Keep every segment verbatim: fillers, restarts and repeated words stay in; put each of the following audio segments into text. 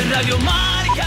Radio Marca.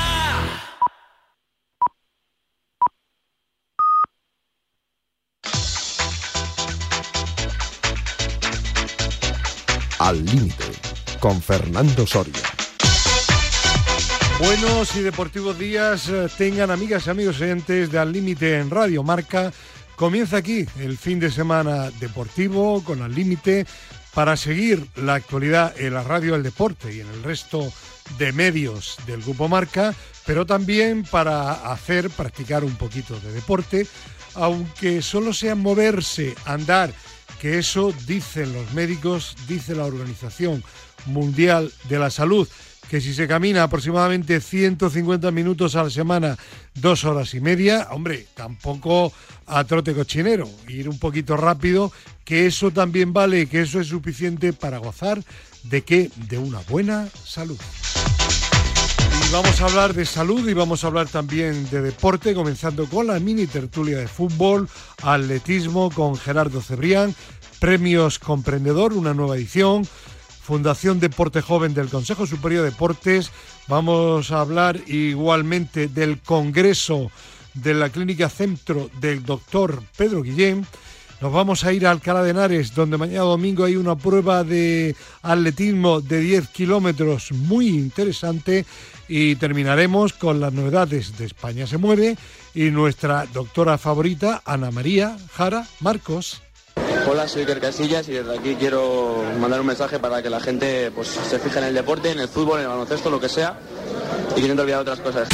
Al límite, con Fernando Soria. Buenos y deportivos días tengan amigas y amigos oyentes de Al Límite en Radio Marca. Comienza aquí el fin de semana deportivo con Al Límite para seguir la actualidad en la radio del deporte y en el resto de medios del Grupo Marca, pero también para hacer, practicar un poquito de deporte, aunque solo sea moverse, andar, que eso dicen los médicos, dice la Organización Mundial de la Salud, que si se camina aproximadamente ciento cincuenta minutos a la semana, dos horas y media, hombre, tampoco a trote cochinero, ir un poquito rápido, que eso también vale, que eso es suficiente para gozar de qué, de una buena salud. Y vamos a hablar de salud y vamos a hablar también de deporte, comenzando con la mini tertulia de fútbol, atletismo con Gerardo Cebrián, premios Comprendedor, una nueva edición, Fundación Deporte Joven del Consejo Superior de Deportes. Vamos a hablar igualmente del Congreso de la Clínica Centro del doctor Pedro Guillén. Nos vamos a ir a Alcalá de Henares, donde mañana domingo hay una prueba de atletismo de diez kilómetros muy interesante. Y terminaremos con las novedades de España se mueve y nuestra doctora favorita, Ana María Jara Marcos. Hola, soy Iker Casillas y desde aquí quiero mandar un mensaje para que la gente pues, se fije en el deporte, en el fútbol, en el baloncesto, lo que sea, y que no te olvides otras cosas.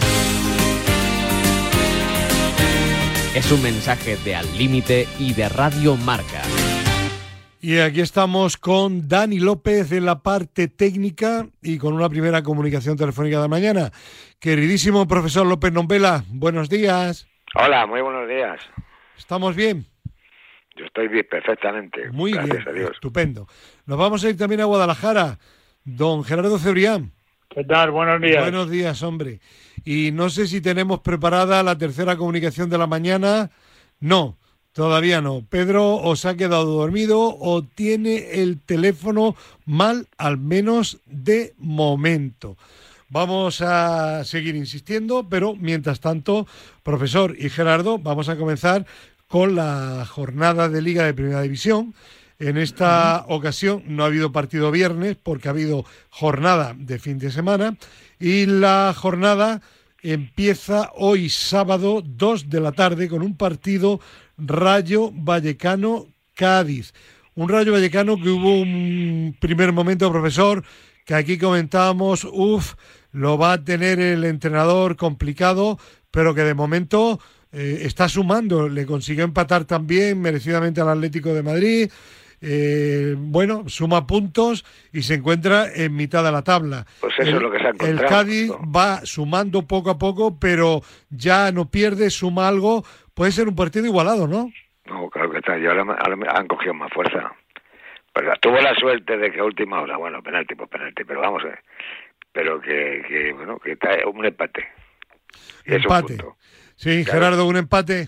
Es un mensaje de Al Límite y de Radio Marca. Y aquí estamos con Dani López en la parte técnica y con una primera comunicación telefónica de la mañana. Queridísimo profesor López Nombela, buenos días. Hola, muy buenos días. ¿Estamos bien? Yo estoy bien, perfectamente. Muy Gracias bien, a Dios. Estupendo. Nos vamos a ir también a Guadalajara. Don Gerardo Cebrián. ¿Qué tal? Buenos días. Buenos días, hombre. Y no sé si tenemos preparada la tercera comunicación de la mañana. No, todavía no. Pedro o se ha quedado dormido o tiene el teléfono mal, al menos de momento. Vamos a seguir insistiendo, pero mientras tanto, profesor y Gerardo, vamos a comenzar con la jornada de Liga de Primera División. En esta uh-huh. ocasión no ha habido partido viernes porque ha habido jornada de fin de semana y la jornada empieza hoy sábado dos de la tarde con un partido Rayo Vallecano-Cádiz. Un Rayo Vallecano que hubo un primer momento, profesor, que aquí comentábamos, uff, lo va a tener el entrenador complicado, pero que de momento eh, está sumando, le consiguió empatar también merecidamente al Atlético de Madrid. Eh, bueno, suma puntos y se encuentra en mitad de la tabla. Pues eso el, es lo que se ha encontrado. El Cádiz ¿no? va sumando poco a poco, pero ya no pierde, suma algo. Puede ser un partido igualado, ¿no? No, claro que está. Y ahora, ahora han cogido más fuerza. Pero tuvo la suerte de que a última hora, bueno, penalti por penalti, pero vamos, eh, pero que, que bueno, que está un empate. Empate. Es un sí, claro. Gerardo, un empate.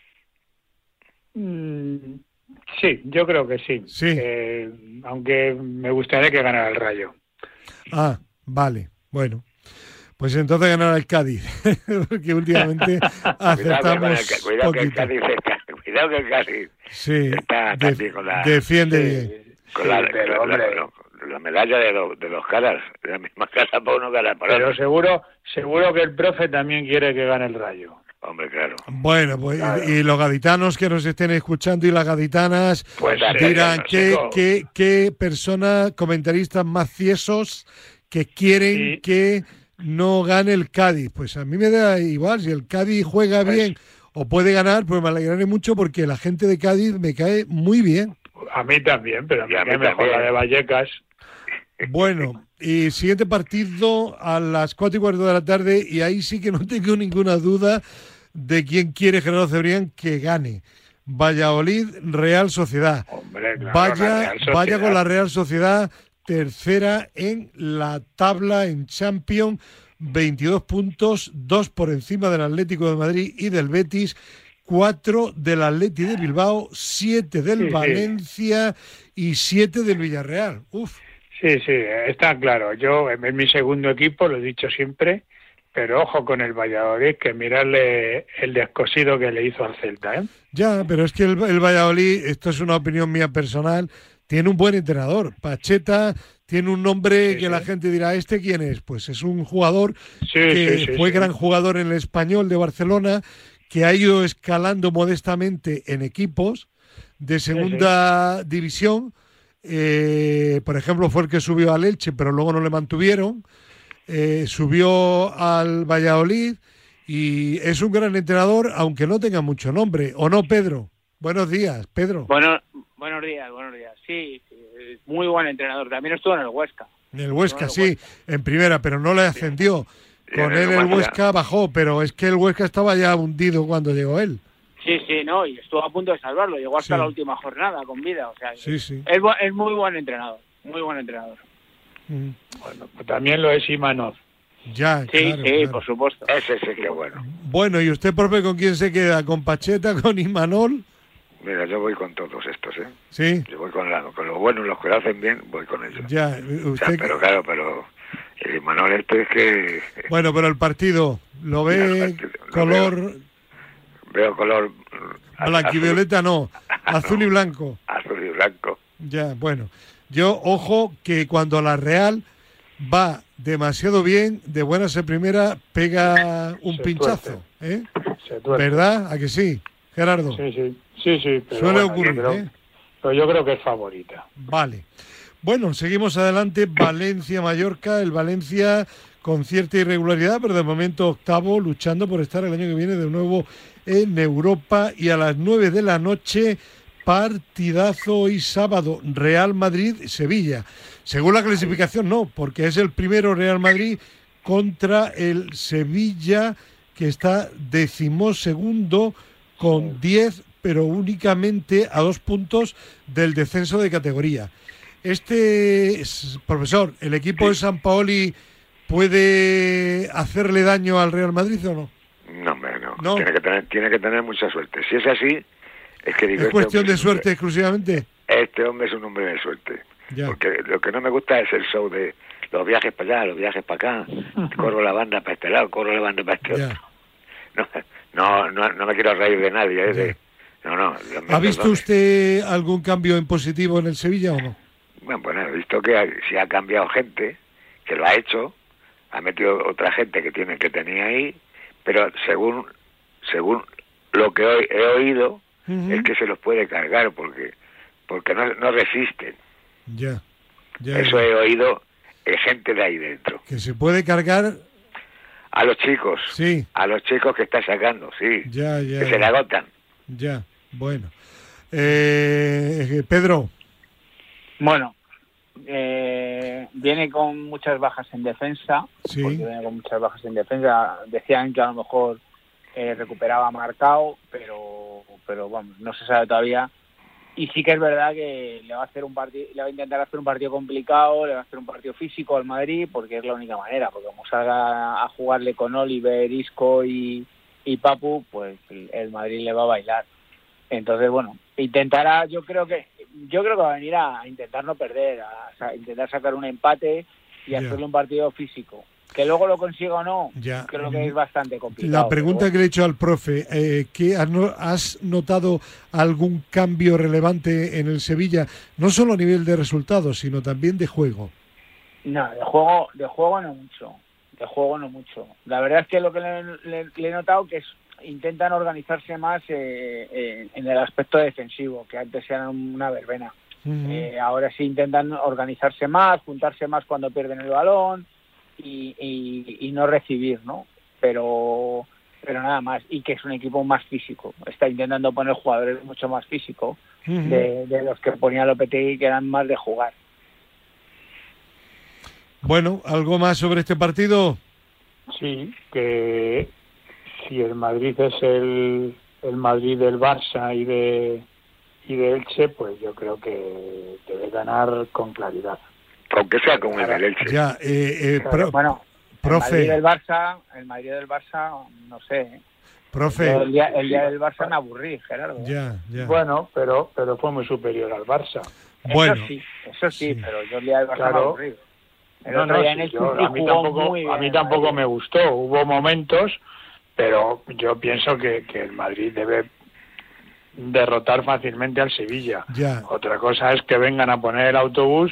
Mm. Sí, yo creo que sí. Sí. Eh, aunque me gustaría que ganara el Rayo. Ah, vale. Bueno. Pues entonces ganará el Cádiz. Porque últimamente acertamos cuidado, cuidado que el Cádiz está, cuidado que el Cádiz sí, está de, también con la... Defiende sí, bien. Con sí, la, pero, con la, hombre, la, la medalla de, lo, de los caras. De la misma cara para uno, cara para pero otro. seguro, seguro que el profe también quiere que gane el Rayo. Hombre, claro. Bueno, pues claro. y, y los gaditanos que nos estén escuchando y las gaditanas pues dirán no qué, sé qué, qué personas, comentaristas más ciesos que quieren sí. que no gane el Cádiz. Pues a mí me da igual, si el Cádiz juega pues, bien o puede ganar, pues me alegraré mucho porque la gente de Cádiz me cae muy bien. A mí también, pero a mí, a mí me mejor también. la de Vallecas. Bueno, y siguiente partido a las cuatro y cuarto de la tarde y ahí sí que no tengo ninguna duda de quién quiere Gerardo Cebrián que gane. Valladolid, Real Sociedad. Hombre, claro, vaya, la Real Sociedad. vaya con la Real Sociedad, tercera en la tabla en Champions, veintidós puntos, dos por encima del Atlético de Madrid y del Betis, cuatro del Atleti de Bilbao, siete del sí, Valencia sí. y siete del Villarreal. Uf. Sí, sí, está claro. Yo, en mi segundo equipo, lo he dicho siempre, pero ojo con el Valladolid, que mirarle el descosido que le hizo al Celta, ¿eh? Ya, pero es que el, el Valladolid, esto es una opinión mía personal, tiene un buen entrenador. Pacheta tiene un nombre sí, que sí. la gente dirá, ¿este quién es? Pues es un jugador Sí, que sí, sí, fue sí. gran jugador en el Español de Barcelona, que ha ido escalando modestamente en equipos de segunda sí, sí. división. Eh, por ejemplo, fue el que subió al Elche, pero luego no le mantuvieron. Eh, subió al Valladolid y es un gran entrenador, aunque no tenga mucho nombre. ¿O no, Pedro? Buenos días, Pedro. Bueno, buenos días, buenos días. Sí, sí, muy buen entrenador. También estuvo en el Huesca. En el Huesca, en el sí, Huesca. En primera, pero no le ascendió. Sí. Con él el Huesca bajó, pero es que el Huesca estaba ya hundido cuando llegó él. Sí, sí, no, y estuvo a punto de salvarlo. Llegó hasta sí. la última jornada con vida. O sea, sí, sí. Es, es muy buen entrenador, muy buen entrenador. Mm. Bueno, pues también lo es Imanol. Ya, sí, claro, sí, claro. por supuesto. Ese sí que es bueno. Bueno, ¿y usted, profe, con quién se queda? ¿Con Pacheta, con Imanol? Mira, yo voy con todos estos, ¿eh? Sí. Yo voy con, la, con los buenos, los que lo hacen bien, voy con ellos. Ya, usted... O sea, pero claro, pero el Imanol este es que... Bueno, pero el partido, ¿lo ve partido, lo color... Veo, veo color... Blanquivioleta no, azul y blanco. Azul y blanco. Ya, bueno. Yo, ojo, que cuando la Real va demasiado bien, de buenas a primera, pega un Se pinchazo. ¿Eh? Se tuerce. ¿Verdad? ¿A que sí, Gerardo? Sí, sí, sí, sí. Pero Suele bueno, ocurrir, yo creo, ¿eh? Pero yo creo que es favorita. Vale. Bueno, seguimos adelante. Valencia-Mallorca. El Valencia con cierta irregularidad, pero de momento octavo, luchando por estar el año que viene de nuevo en Europa. Y a las nueve de la noche, partidazo hoy sábado, Real Madrid-Sevilla. Según la clasificación no, porque es el primero Real Madrid contra el Sevilla, que está decimosegundo con diez, pero únicamente a dos puntos del descenso de categoría. Este, profesor, ¿el equipo sí. de Sampaoli puede hacerle daño al Real Madrid o no? No, hombre, no. ¿No? Tiene que tener, tiene que tener mucha suerte. Si es así, es que digo, ¿Es cuestión este de suerte hombre, exclusivamente? Este hombre es un hombre de suerte. Ya. Porque lo que no me gusta es el show de los viajes para allá, los viajes para acá. Corro la banda para este lado, corro la banda para este otro. No, no, no, no me quiero reír de nadie. ¿eh? De, no, no. ¿Ha visto perdone. usted algún cambio en positivo en el Sevilla o no? Bueno, pues he visto que si ha cambiado gente, que lo ha hecho, ha metido otra gente que tiene que tenía ahí, pero según según lo que hoy he oído, uh-huh. es que se los puede cargar porque porque no, no resisten. Ya, ya. Eso ya. he oído de gente de ahí dentro. Que se puede cargar a los chicos, sí, a los chicos que está sacando, sí, ya, ya, que se le agotan. Ya, bueno. Eh, Pedro. Bueno, eh, viene con muchas bajas en defensa, sí. porque viene con muchas bajas en defensa. Decían que a lo mejor eh, recuperaba Marcao, pero, pero vamos, no se sabe todavía. Y sí que es verdad que le va a hacer un partido, le va a intentar hacer un partido complicado, le va a hacer un partido físico al Madrid, porque es la única manera, porque como salga a jugarle con Oliver, Isco y, y Papu, pues el Madrid le va a bailar. Entonces, bueno, intentará, yo creo que yo creo que va a venir a intentar no perder, a, a intentar sacar un empate y ya. hacerle un partido físico. Que luego lo consiga o no, ya. creo que es bastante complicado. La pregunta bueno. que le he hecho al profe, eh, ¿qué, ¿has notado algún cambio relevante en el Sevilla? No solo a nivel de resultados, sino también de juego. No, de juego, de juego no mucho. De juego no mucho. La verdad es que lo que le, le, le he notado que es intentan organizarse más eh, eh, en el aspecto defensivo, que antes eran una verbena. Uh-huh. Eh, ahora sí intentan organizarse más, juntarse más cuando pierden el balón y, y, y no recibir, ¿no? Pero pero nada más. Y que es un equipo más físico. Está intentando poner jugadores mucho más físicos uh-huh. de, de los que ponía Lopetegui, que eran más de jugar. Bueno, ¿algo más sobre este partido? Sí, que si el Madrid es el, el Madrid del Barça y de y de Elche, pues yo creo que debe ganar con claridad. Aunque sea con el Elche. Ya, eh, eh, claro, pro, bueno, profe. El Madrid del Barça, el Madrid del Barça, no sé. Profe. El día, el día del Barça me aburrí, Gerardo. Ya, ya. Bueno, pero pero fue muy superior al Barça. Bueno, eso sí, eso sí, sí. pero yo el día del Barça Claro. me aburrí. El No, otro no, día sí, en el yo- City a mí jugó tampoco, muy bien, a mí tampoco Madrid. me gustó. Hubo momentos, pero yo pienso que, que el Madrid debe derrotar fácilmente al Sevilla. Ya. Otra cosa es que vengan a poner el autobús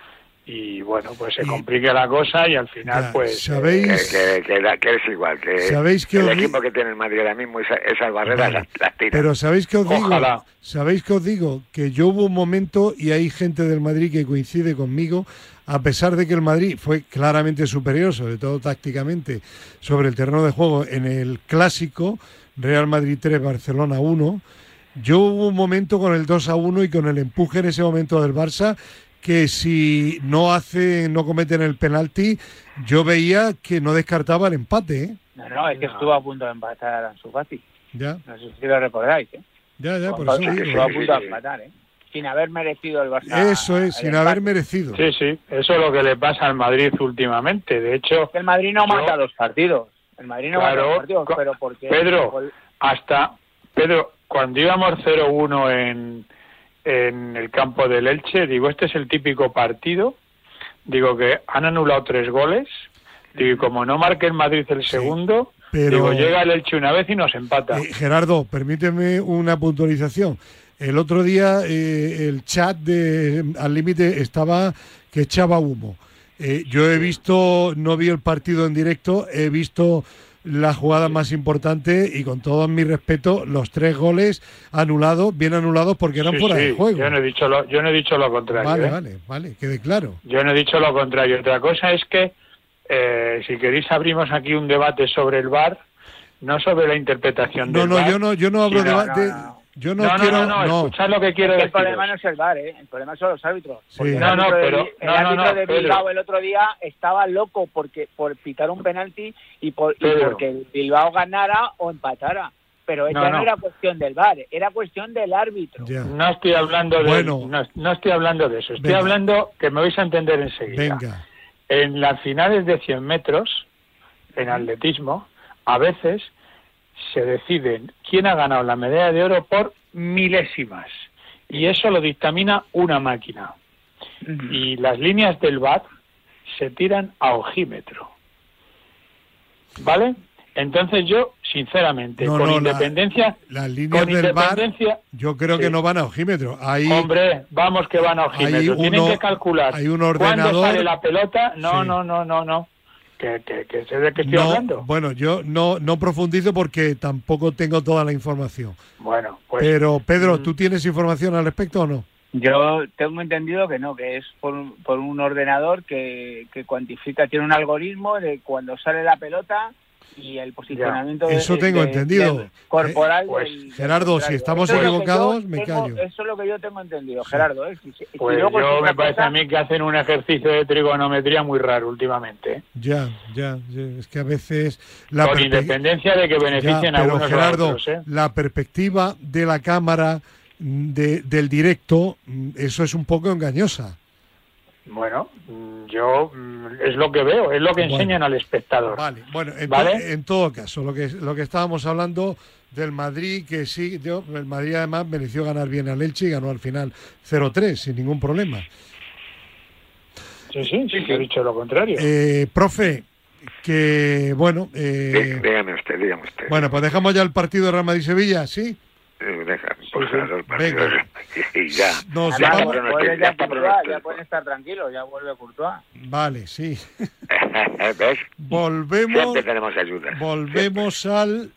y bueno, pues se Y- complique la cosa y al final Ya, pues ¿sabéis? Que, que, que, da- que es igual, que ¿Sabéis que el os di- equipo que tiene el Madrid ahora mismo, esa- esas barreras Vale. las, las tira. Pero ¿sabéis qué os digo? Ojalá. ¿Sabéis qué os digo? Que yo hubo un momento, y hay gente del Madrid que coincide conmigo, a pesar de que el Madrid fue claramente superior, sobre todo tácticamente, sobre el terreno de juego en el clásico, Real Madrid tres, Barcelona uno, yo hubo un momento con el dos a uno y con el empuje en ese momento del Barça, que si no hacen, no cometen el penalti, yo veía que no descartaba el empate, ¿eh? No, no, es que No. estuvo a punto de empatar a Ansu Fati. Ya, No sé si lo recordáis, ¿eh? ya, ya, por eso Estuvo digo. a punto de empatar, ¿eh? Sin haber merecido el Barça. Eso es, el sin empate. haber merecido. sí, sí, eso es lo que le pasa al Madrid últimamente. De hecho, El Madrid no Yo- mata los partidos. El Madrid no Claro, mata los partidos, co- pero porque... Pedro, gol- hasta Pedro, cuando íbamos cero uno en, en el campo del Elche, digo, este es el típico partido, digo que han anulado tres goles, digo, y como no marque el Madrid el segundo, pero- digo, llega el Elche una vez y nos empata. Eh, Gerardo, permíteme una puntualización. El otro día eh, el chat de Al Límite estaba que echaba humo. Eh, yo he visto, no vi el partido en directo, he visto la jugada más importante y con todo mi respeto, los tres goles anulados, bien anulados porque eran Sí, fuera sí, de juego. Yo no he dicho lo, yo no he dicho lo contrario. Vale, ¿eh? vale, vale, quede claro. Yo no he dicho lo contrario. Otra cosa es que, eh, si queréis, abrimos aquí un debate sobre el V A R, no sobre la interpretación No, del no, V A R. yo no, yo no hablo Sí, de no, debate. no, no. Yo no, No, no, quiero. no, no, no. escuchad lo que quiero Es que decir. el problema no es el V A R, ¿eh? El problema son los árbitros. Porque Sí. el No, no, árbitro de pero- Bi- el no, no, árbitro no, de Pedro. Bilbao el otro día estaba loco porque por pitar un penalti y, por, y Pedro. porque el Bilbao ganara o empatara. Pero No, ya no, no. era cuestión del V A R, era cuestión del árbitro. Ya. No estoy hablando de Bueno. no, no estoy hablando de eso. Estoy Venga. hablando que me vais a entender enseguida. Venga. En las finales de cien metros, en atletismo, a veces se deciden quién ha ganado la medalla de oro por milésimas. Y eso lo dictamina una máquina. Ujú. Y las líneas del V A R se tiran a ojímetro. ¿Vale? Entonces yo, sinceramente, No, con no, la- independencia... Las líneas con del V A R, independencia... yo creo que Sí. no van a ojímetro. Ahí, Hombre, vamos que van a hay ojímetro. Tienen uno- que calcular hay un cuándo ordenador- sale la pelota. No, Sí. no, no, no, no. Que, que, que sé de qué estoy no, hablando. bueno, yo no, no profundizo porque tampoco tengo toda la información. Bueno, pues... Pero, Pedro, mm. ¿tú tienes información al respecto o no? Yo tengo entendido que no, que es por un, por un ordenador que, que cuantifica, tiene un algoritmo de cuando sale la pelota y el posicionamiento de- Eso tengo de- entendido. de- corporal. Eh, pues, del- del Gerardo, contrario. si estamos Eso es lo que equivocados, yo me tengo- callo. Eso es lo que yo tengo entendido, Gerardo. ¿eh? Si- si- si Pues luego es yo otra me parece cosa- a mí que hacen un ejercicio de trigonometría muy raro últimamente. ¿eh? Ya, ya, ya, es que a veces la Con perspe- independencia de que Ya, beneficien a pero unos o a Gerardo, otros. ¿eh? la perspectiva de la cámara mm, de, del directo, mm, eso es un poco engañosa. Bueno, mm, yo mm, es lo que veo, es lo que Bueno. enseñan al espectador. Vale, bueno, en, ¿Vale? to- en todo caso, lo que lo que estábamos hablando del Madrid, que sí, yo, el Madrid además mereció ganar bien al Elche y ganó al final cero tres, sin ningún problema. Sí, sí, sí, que he dicho lo contrario. Eh, profe, que bueno, eh, Dí- dígame usted, dígame usted. bueno, pues dejamos ya el partido de Real Madrid-Sevilla, ¿sí? Eh, deja, por sí. favor, el partido. Venga. Y ya. Nos Ya Además, vamos- te vuelve pronostic- ya ya te Courtois, pronostic- ya pueden estar tranquilos, ya vuelve Courtois. Vale, sí. ¿Ves? Volvemos, Siempre tenemos ayuda. volvemos al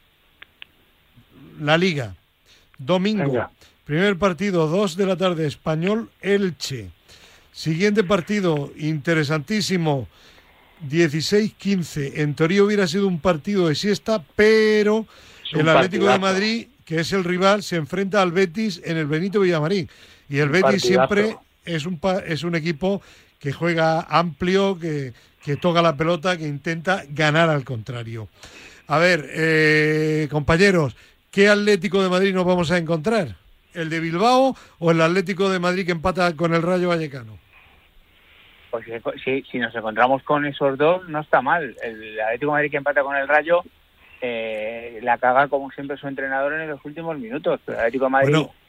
la Liga. Domingo, Venga. primer partido, dos de la tarde, Español-Elche. Siguiente partido, interesantísimo, dieciséis quince. En teoría hubiera sido un partido de siesta, pero Es un el Atlético de partidazo. Madrid, que es el rival, se enfrenta al Betis en el Benito Villamarín. Y el Un Betis partidazo. siempre es un, pa- es un equipo que juega amplio, que, que toca la pelota, que intenta ganar al contrario. A ver, eh, compañeros, ¿qué Atlético de Madrid nos vamos a encontrar? ¿El de Bilbao o el Atlético de Madrid que empata con el Rayo Vallecano? Pues si, si, si nos encontramos con esos dos, no está mal. El Atlético de Madrid que empata con el Rayo, eh, la caga como siempre su entrenador en los últimos minutos. Pero el Atlético de Madrid, Bueno,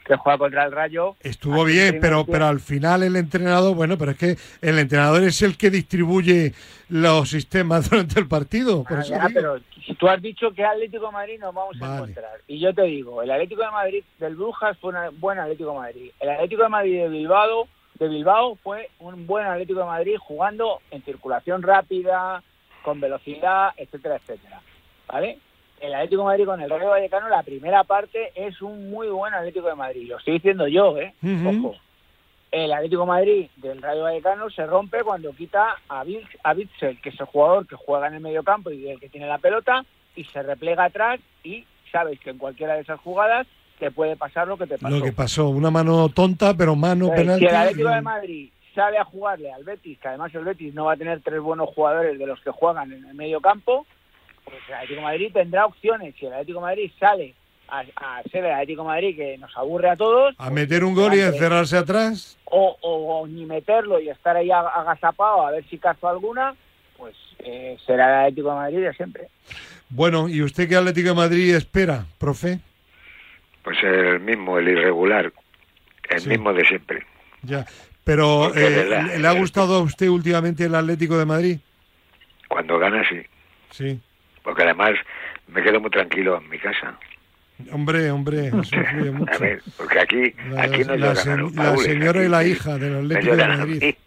que juega contra el Rayo. Estuvo bien, pero pero al final el entrenador, bueno, pero es que el entrenador es el que distribuye los sistemas durante el partido. Por Ah, eso ya, digo. pero si tú has dicho que Atlético de Madrid nos vamos Vale. a encontrar. Y yo te digo, el Atlético de Madrid del Brujas fue un buen Atlético de Madrid. El Atlético de Madrid de Bilbao, de Bilbao fue un buen Atlético de Madrid jugando en circulación rápida, con velocidad, etcétera, etcétera. ¿Vale? El Atlético de Madrid con el Rayo Vallecano, la primera parte es un muy buen Atlético de Madrid. Lo estoy diciendo yo, ¿eh? Ujú. Ojo. El Atlético de Madrid del Rayo Vallecano se rompe cuando quita a Vil- a Witsel, que es el jugador que juega en el medio campo y el que tiene la pelota, y se replega atrás, y sabes que en cualquiera de esas jugadas te puede pasar lo que te pasó. Lo que pasó, una mano tonta, pero mano Entonces, penalti. si el Atlético y- de Madrid sale a jugarle al Betis, que además el Betis no va a tener tres buenos jugadores de los que juegan en el medio campo, pues el Atlético de Madrid tendrá opciones. Si el Atlético de Madrid sale a, a ser el Atlético de Madrid que nos aburre a todos, A pues, meter un gol y delante, encerrarse atrás. o, o, o ni meterlo y estar ahí ag- agazapado a ver si cazo alguna, pues eh, será el Atlético de Madrid de siempre. Bueno, ¿y usted qué Atlético de Madrid espera, profe? Pues el mismo, el irregular, el Sí. mismo de siempre. Ya. Pero, Porque es eh, verdad. ¿le, le ha gustado a usted últimamente el Atlético de Madrid? Cuando gana, sí. Sí. Porque además me quedo muy tranquilo en mi casa. Hombre, hombre, eso influye mucho. A ver, porque aquí, La, aquí no la lloran a se- los la paules, señora aquí y la sí. hija del Me Atlético de lloran a Madrid. mí.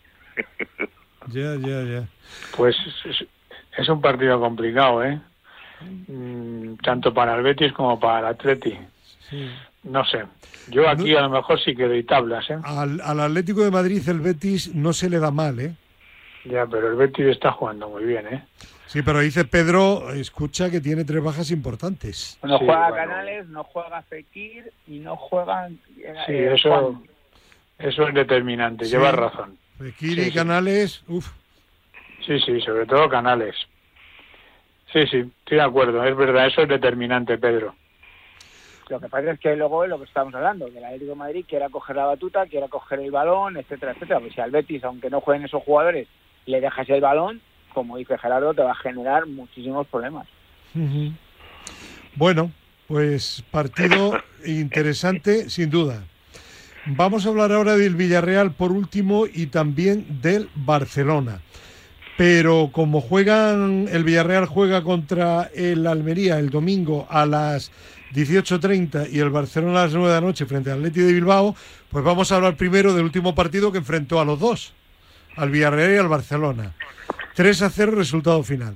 Ya, ya, ya. Pues es, es un partido complicado, ¿eh? Mm, tanto para el Betis como para el Atleti. Sí. No sé. Yo aquí No- a lo mejor sí que doy tablas, ¿eh? Al, al Atlético de Madrid el Betis no se le da mal, ¿eh? Ya, pero el Betis está jugando muy bien, ¿eh? Sí, pero dice Pedro, escucha que tiene tres bajas importantes. No Sí, juega bueno. Canales, no juega Fekir y no juegan... eh, Sí, eh, eso, Juan. eso es determinante, Sí. llevas razón. Fekir Sí, y sí. Canales, uff. Sí, sí, sobre todo Canales. Sí, sí, estoy de acuerdo, es verdad, eso es determinante, Pedro. Lo que pasa es que luego es lo que estamos hablando, que el Atlético de Madrid quiera coger la batuta, quiera coger el balón, etcétera, etcétera. Pues si al Betis, aunque no jueguen esos jugadores, le dejas el balón, como dice Gerardo, te va a generar muchísimos problemas. Ujú. Bueno, pues partido interesante, sin duda. Vamos a hablar ahora del Villarreal por último y también del Barcelona. Pero como juegan, el Villarreal juega contra el Almería el domingo a las dieciocho treinta y el Barcelona a las nueve de la noche frente al Atleti de Bilbao, pues vamos a hablar primero del último partido que enfrentó a los dos, al Villarreal y al Barcelona. tres a cero resultado final.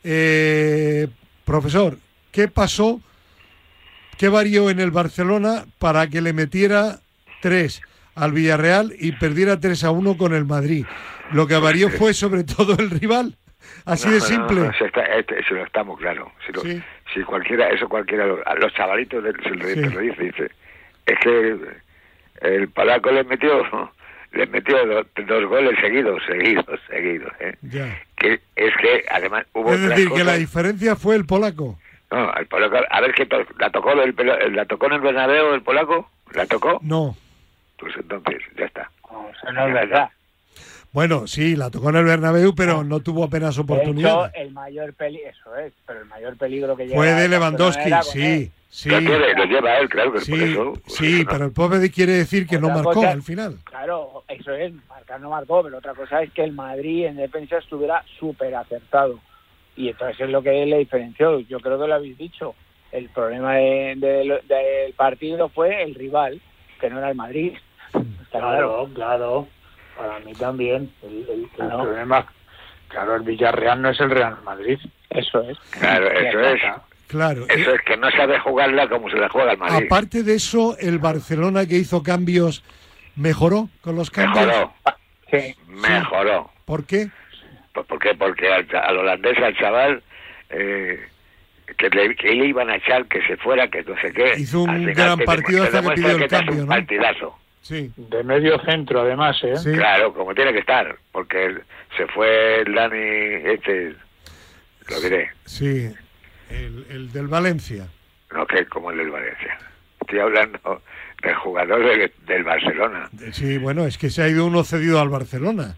Eh, profesor, ¿qué pasó? ¿Qué varió en el Barcelona para que le metiera tres al Villarreal y perdiera tres a uno con el Madrid? Lo que varió fue sobre todo el rival. Así No, de no, simple. no, eso, está, este- eso lo estamos claro. Si, lo- Sí. si cualquiera, eso cualquiera, lo- a los chavalitos de- se lo, Sí. te lo dice, dice, es que el polaco les metió, les metió do- dos goles seguidos, seguidos, seguidos. ¿eh? Ya. Que es que además hubo Es otras decir, que la cosas- diferencia fue el polaco. No, el polaco, a ver qué to- la tocó el pelo- la tocó en el Bernabéu el polaco, la tocó, No. pues entonces ya está. No, eso no es verdad. Bueno, sí, la tocó en el Bernabéu, pero no tuvo apenas De hecho, oportunidad. el mayor peligro, eso es, pero el mayor peligro que lleva Fue de el Lewandowski, Barcelona era con él. sí, sí. Lo tiene, lo lleva él, claro que por Sí, eso. por sí, eso no. pero el pobre quiere decir que no Otra marcó cosa- al final. Claro, eso es, marcar no marcó, pero otra cosa es que el Madrid en defensa estuviera súper acertado. Y entonces es lo que le diferenció. Yo creo que lo habéis dicho. El problema de- de- del partido fue el rival, que no era el Madrid. Está claro. Claro, claro, para mí también. El, el- el Claro. problema, claro, el Villarreal no es el Real Madrid. Eso es. Claro, eso es. Claro. Eso eh, es que no sabe jugarla como se la juega el Madrid. aparte de eso, el Barcelona que hizo cambios, ¿mejoró con los cambios? Mejoró, Sí. mejoró. ¿Por qué? Pues, ¿por qué? Porque al, cha- al holandés, al chaval, eh, que, le, que le iban a echar, que se fuera, que no sé qué. Hizo un Al final gran te partido demuestra- hasta te que pidió demuestra el que te hace cambio, un ¿no? partidazo. Sí, De medio centro, además, ¿eh? sí. Claro, como tiene que estar, porque el- se fue el Dani, este, lo diré, Sí, el, el del Valencia. no que como el del Valencia. Estoy hablando del jugador del, del Barcelona. Sí, bueno, es que se ha ido uno cedido al Barcelona.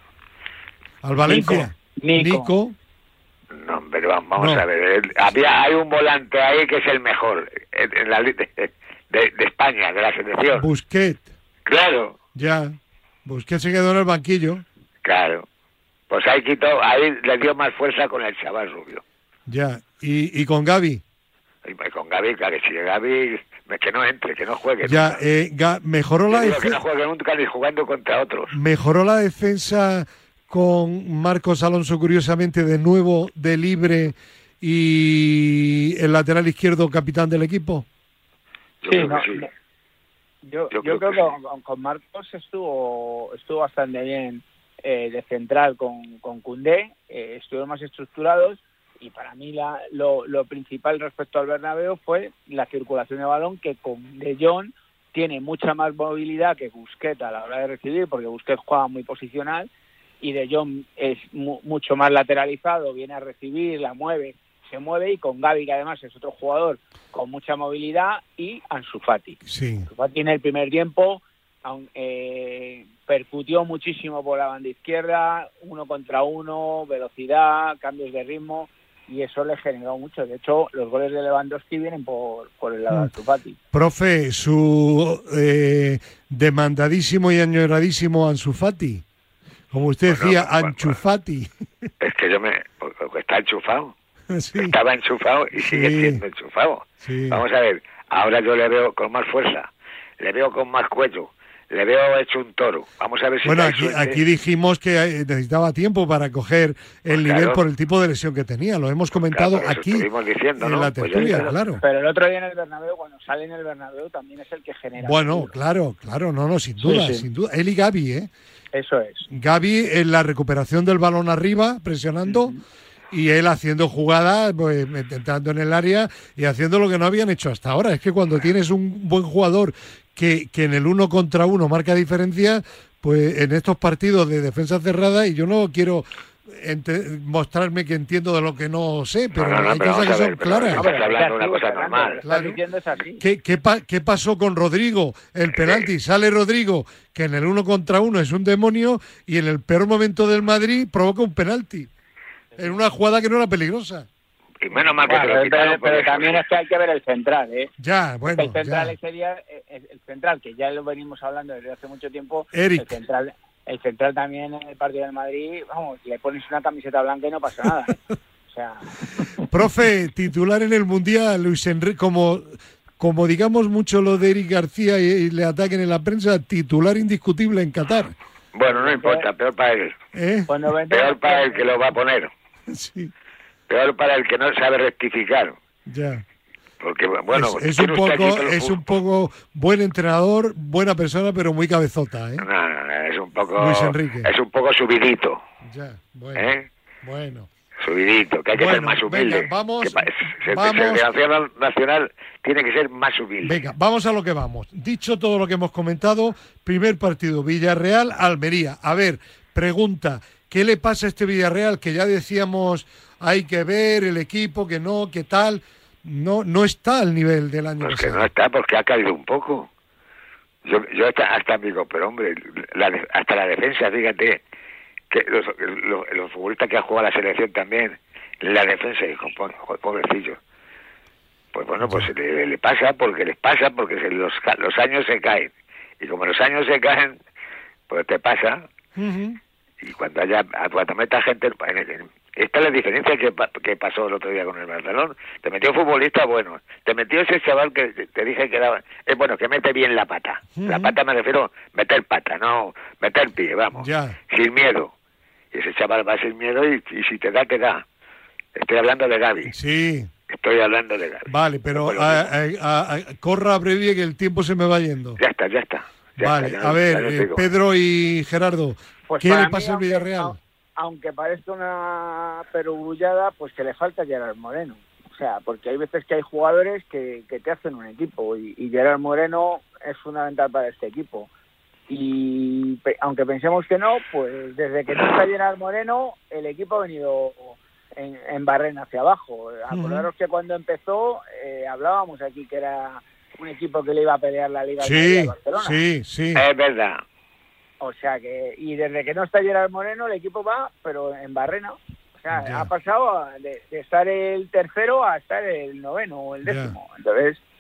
Al Valencia. Nico. No, pero vamos No. a ver, el- había hay un volante ahí que es el mejor en, en la li- de, de España, de la selección. Busquets. Claro. Ya. Busquets se quedó en el banquillo. Claro. Pues ahí quitó, ahí le dio más fuerza con el chaval rubio. Ya. ¿Y, y con Gavi? Y con Gavi, claro, que si Gavi, que no entre, que no juegue. Ya, nunca. eh, Ga- mejoró Yo la digo que defensa. no juegue nunca ni jugando contra otros. Mejoró la defensa con Marcos Alonso, curiosamente, de nuevo de libre y el lateral izquierdo capitán del equipo. Yo Sí, creo no, que sí. no. Yo, Yo yo creo creo que que, sí. con, con Marcos estuvo estuvo bastante bien eh, de central con, con Koundé, eh, estuvieron más estructurados y para mí la, lo, lo principal respecto al Bernabéu fue la circulación de balón, que con De Jong tiene mucha más movilidad que Busquets a la hora de recibir, porque Busquets juega muy posicional y De Jong es mu, mucho más lateralizado, viene a recibir, la mueve, se mueve, y con Gavi, que además es otro jugador con mucha movilidad, y Ansu Fati. Sí. Ansu Fati en el primer tiempo aun, eh, percutió muchísimo por la banda izquierda, uno contra uno, velocidad, cambios de ritmo, y eso le generó mucho. De hecho, los goles de Lewandowski vienen por, por el lado de Ansu Fati. Profe, su eh, demandadísimo y añoradísimo Ansu Fati. Como usted Bueno, decía, bueno, Ansu bueno. Fati. Es que yo me... Está enchufado. Sí, Estaba enchufado y sigue Sí. siendo enchufado. sí. Vamos a ver, ahora yo le veo con más fuerza, le veo con más cuello, le veo hecho un toro. Vamos a ver si Bueno, hay aquí, suerte. aquí dijimos que eh, necesitaba tiempo para coger el Pues nivel claro. por el tipo de lesión que tenía. Lo hemos Claro, comentado por eso aquí estuvimos diciendo, en ¿no? la Pues ya tertulia, está. claro. Pero el otro día en el Bernabéu, cuando sale en el Bernabéu, también es el que genera. Bueno, peligro. claro, claro, no, no, sin duda, sí. sin duda. Él y Gavi, ¿eh? Eso es. Gavi en la recuperación del balón arriba, presionando, y él haciendo jugadas, pues entrando en el área y haciendo lo que no habían hecho hasta ahora. Es que cuando tienes un buen jugador que, que en el uno contra uno marca diferencia, pues en estos partidos de defensa cerrada, y yo no quiero ente- mostrarme que entiendo de lo que no sé, pero No, no, no, hay pero cosas que vamos a son ver, pero claras. estamos hablando de una cosa normal. Lo que estás Claro. diciendo es así. ¿Qué, qué, pa- qué pasó con Rodrigo? El penalti, sale Rodrigo, que en el uno contra uno es un demonio, y en el peor momento del Madrid provoca un penalti. En una jugada que no era peligrosa. Y menos mal que Bueno, se lo pero, quitaron. pero- pero porque- también es que hay que ver el central, ¿eh? Ya, bueno, el central ya. ese día, eh, el, el central, que ya lo venimos hablando desde hace mucho tiempo, Eric. el central, el central también en el partido del Madrid, vamos, le pones una camiseta blanca y no pasa nada. ¿eh? O sea, Profe, titular en el Mundial, Luis Enrique, como, como digamos mucho lo de Eric García y, y le ataquen en la prensa, titular indiscutible en Qatar. Bueno, no importa, peor para él. ¿Eh? cuando vendrá- Peor para el que lo va a poner. Sí, Peor para el que no sabe rectificar. ya. Porque, bueno, es, es tiene un usted aquí poco, todo el es fu- un poco buen entrenador, buena persona, pero muy cabezota, ¿eh? No, no, no, es un poco... Luis Enrique. Es un poco subidito, Ya, bueno, ¿eh? bueno. Subidito, que hay que Bueno, ser más humilde. venga, vamos, Que pa- se- vamos. se- selección nacional tiene que ser más humilde. Venga, vamos a lo que vamos. Dicho todo lo que hemos comentado, primer partido, Villarreal-Almería. A ver, pregunta, ¿qué le pasa a este Villarreal? Que ya decíamos, hay que ver el equipo, que no, que tal. No, no está al nivel del año Pues que pasado. no está, porque ha caído un poco. Yo, yo hasta, hasta digo, pero hombre, la de- hasta la defensa, fíjate, que los, los, los futbolistas que han jugado a la selección también, la defensa, dijo, "Po- joder, pobrecillos". Pues bueno, pues le, le pasa porque les pasa, porque se- los, ca- los años se caen. Y como los años se caen, pues te pasa. Ujú. Y cuando haya, cuando meta gente, en el- en- esta es la diferencia que, pa- que pasó el otro día con el Barcelona. Te metió futbolista bueno, te metió ese chaval que te, te dije que era, es bueno, que mete bien la pata. La Ujú. pata me refiero meter pata, no meter pie, vamos, Ya. sin miedo. Y ese chaval va sin miedo y, y si te da, te da. Estoy hablando de Gavi, Sí, estoy hablando de Gavi. vale, pero Pues lo a- mismo. a- a- a- corra breve que el tiempo se me va yendo. Ya está, ya está. ya Vale, está, ya a no- ver, ya no eh, digo. Pedro y Gerardo, pues ¿qué para le mí, pasa al aunque- Villarreal? au- Aunque parezca una perullada, pues que le falta Gerard Moreno. O sea, porque hay veces que hay jugadores que, que te hacen un equipo y, y Gerard Moreno es fundamental para este equipo. Y pe- aunque pensemos que no, pues desde que no está Gerard Moreno, el equipo ha venido en, en barren hacia abajo. Acordaros que cuando empezó eh, hablábamos aquí que era un equipo que le iba a pelear la Liga al Madrid Sí, al Barcelona. sí, sí. Es verdad. O sea que, y desde que no está Gerard Moreno, el equipo va, pero en barrena. O sea, Ya. ha pasado a- de, de estar el tercero a estar el noveno o el Ya. décimo. Entonces,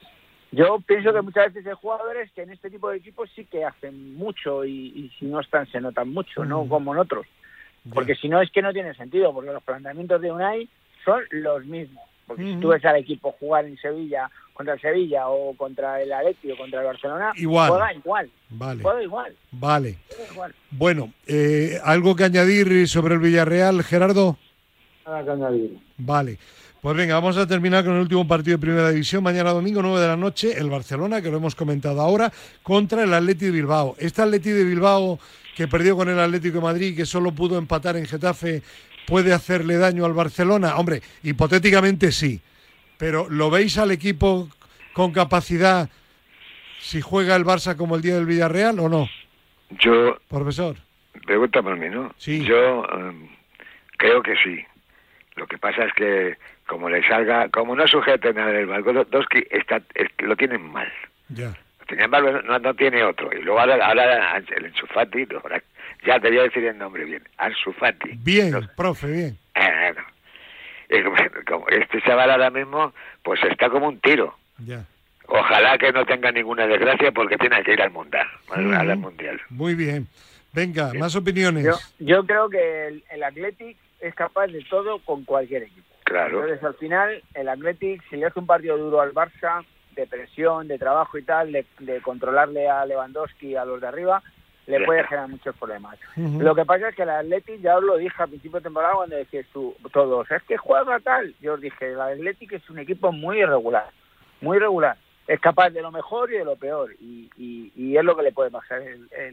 Yo pienso que muchas veces hay jugadores que en este tipo de equipos sí que hacen mucho y, y si no están se notan mucho, mm. no como en otros. Porque yeah. si no es que no tiene sentido, porque los planteamientos de Unai son los mismos. Porque mm. si tú ves al equipo jugar en Sevilla contra el Sevilla o contra el Atleti o contra el Barcelona, igual. juega igual. Vale. Juega igual. Vale. Juega igual. Bueno, eh, ¿algo que añadir sobre el Villarreal, Gerardo? Nada que añadir. Vale. Pues venga, vamos a terminar con el último partido de Primera División. Mañana domingo, nueve de la noche, el Barcelona, que lo hemos comentado ahora, contra el Atleti de Bilbao. Este Atleti de Bilbao, que perdió con el Atlético de Madrid, que solo pudo empatar en Getafe, ¿puede hacerle daño al Barcelona? Hombre, hipotéticamente sí. Pero ¿lo veis al equipo con capacidad si juega el Barça como el día del Villarreal o no? Yo... Profesor. Pregunta por mí, ¿no? Sí. Yo um, creo que sí. Lo que pasa es que como le salga, como no sujeten al Lewandowski, está, es, lo tienen mal. Ya. Sin embargo, no, no tiene otro. Y luego ahora, ahora el Ansu Fati, ya te voy a decir el nombre bien, Ansu Fati. Bien, no, profe, bien. Eh, no. Como este chaval ahora mismo, pues está como un tiro. Ya. Ojalá que no tenga ninguna desgracia porque tiene que ir al mundial, mm, al mundial. Muy bien. Venga, más opiniones. Yo, yo creo que el, el Athletic es capaz de todo con cualquier equipo. Claro. Entonces, al final, el Athletic, si le hace un partido duro al Barça, de presión, de trabajo y tal, de, de controlarle a Lewandowski, a los de arriba, le puede generar muchos problemas. Uh-huh. Lo que pasa es que el Athletic, ya os lo dije a principio de temporada cuando decíais tú, todos, es que juega tal. Yo os dije, el Athletic es un equipo muy irregular, muy irregular. Es capaz de lo mejor y de lo peor, y, y, y es lo que le puede pasar el, el,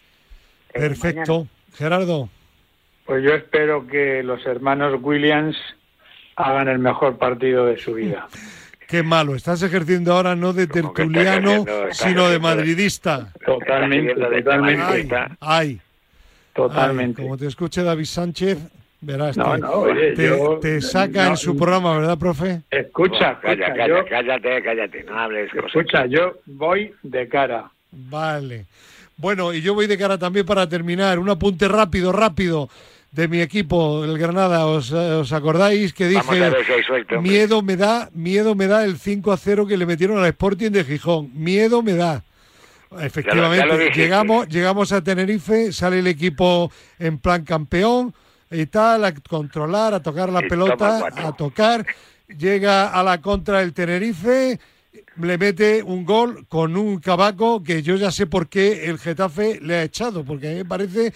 el Perfecto. mañana. Gerardo. Pues yo espero que los hermanos Williams hagan el mejor partido de su vida. Qué malo, estás ejerciendo ahora no de tertuliano, sino de madridista. Totalmente, totalmente. Ay, ay, totalmente. Ay, como te escuche David Sánchez, verás, no, te, no, oye, te, yo, te saca no, en su programa, ¿verdad, profe? Escucha, oh, calla, escucha, calla, yo, cállate, cállate, no hables. Escucha, yo voy de cara. Vale. Bueno, y yo voy de cara también para terminar. Un apunte rápido, rápido de mi equipo, el Granada. ¿Os, os acordáis que dije si suerte, miedo me da, miedo me da el cinco a cero que le metieron al Sporting de Gijón? Miedo me da. Efectivamente, ya lo, ya lo llegamos, llegamos a Tenerife, sale el equipo en plan campeón y tal, a controlar, a tocar la y pelota, a tocar. Llega a la contra el Tenerife, le mete un gol con un Cabaco que yo ya sé por qué el Getafe le ha echado, porque a mí me parece,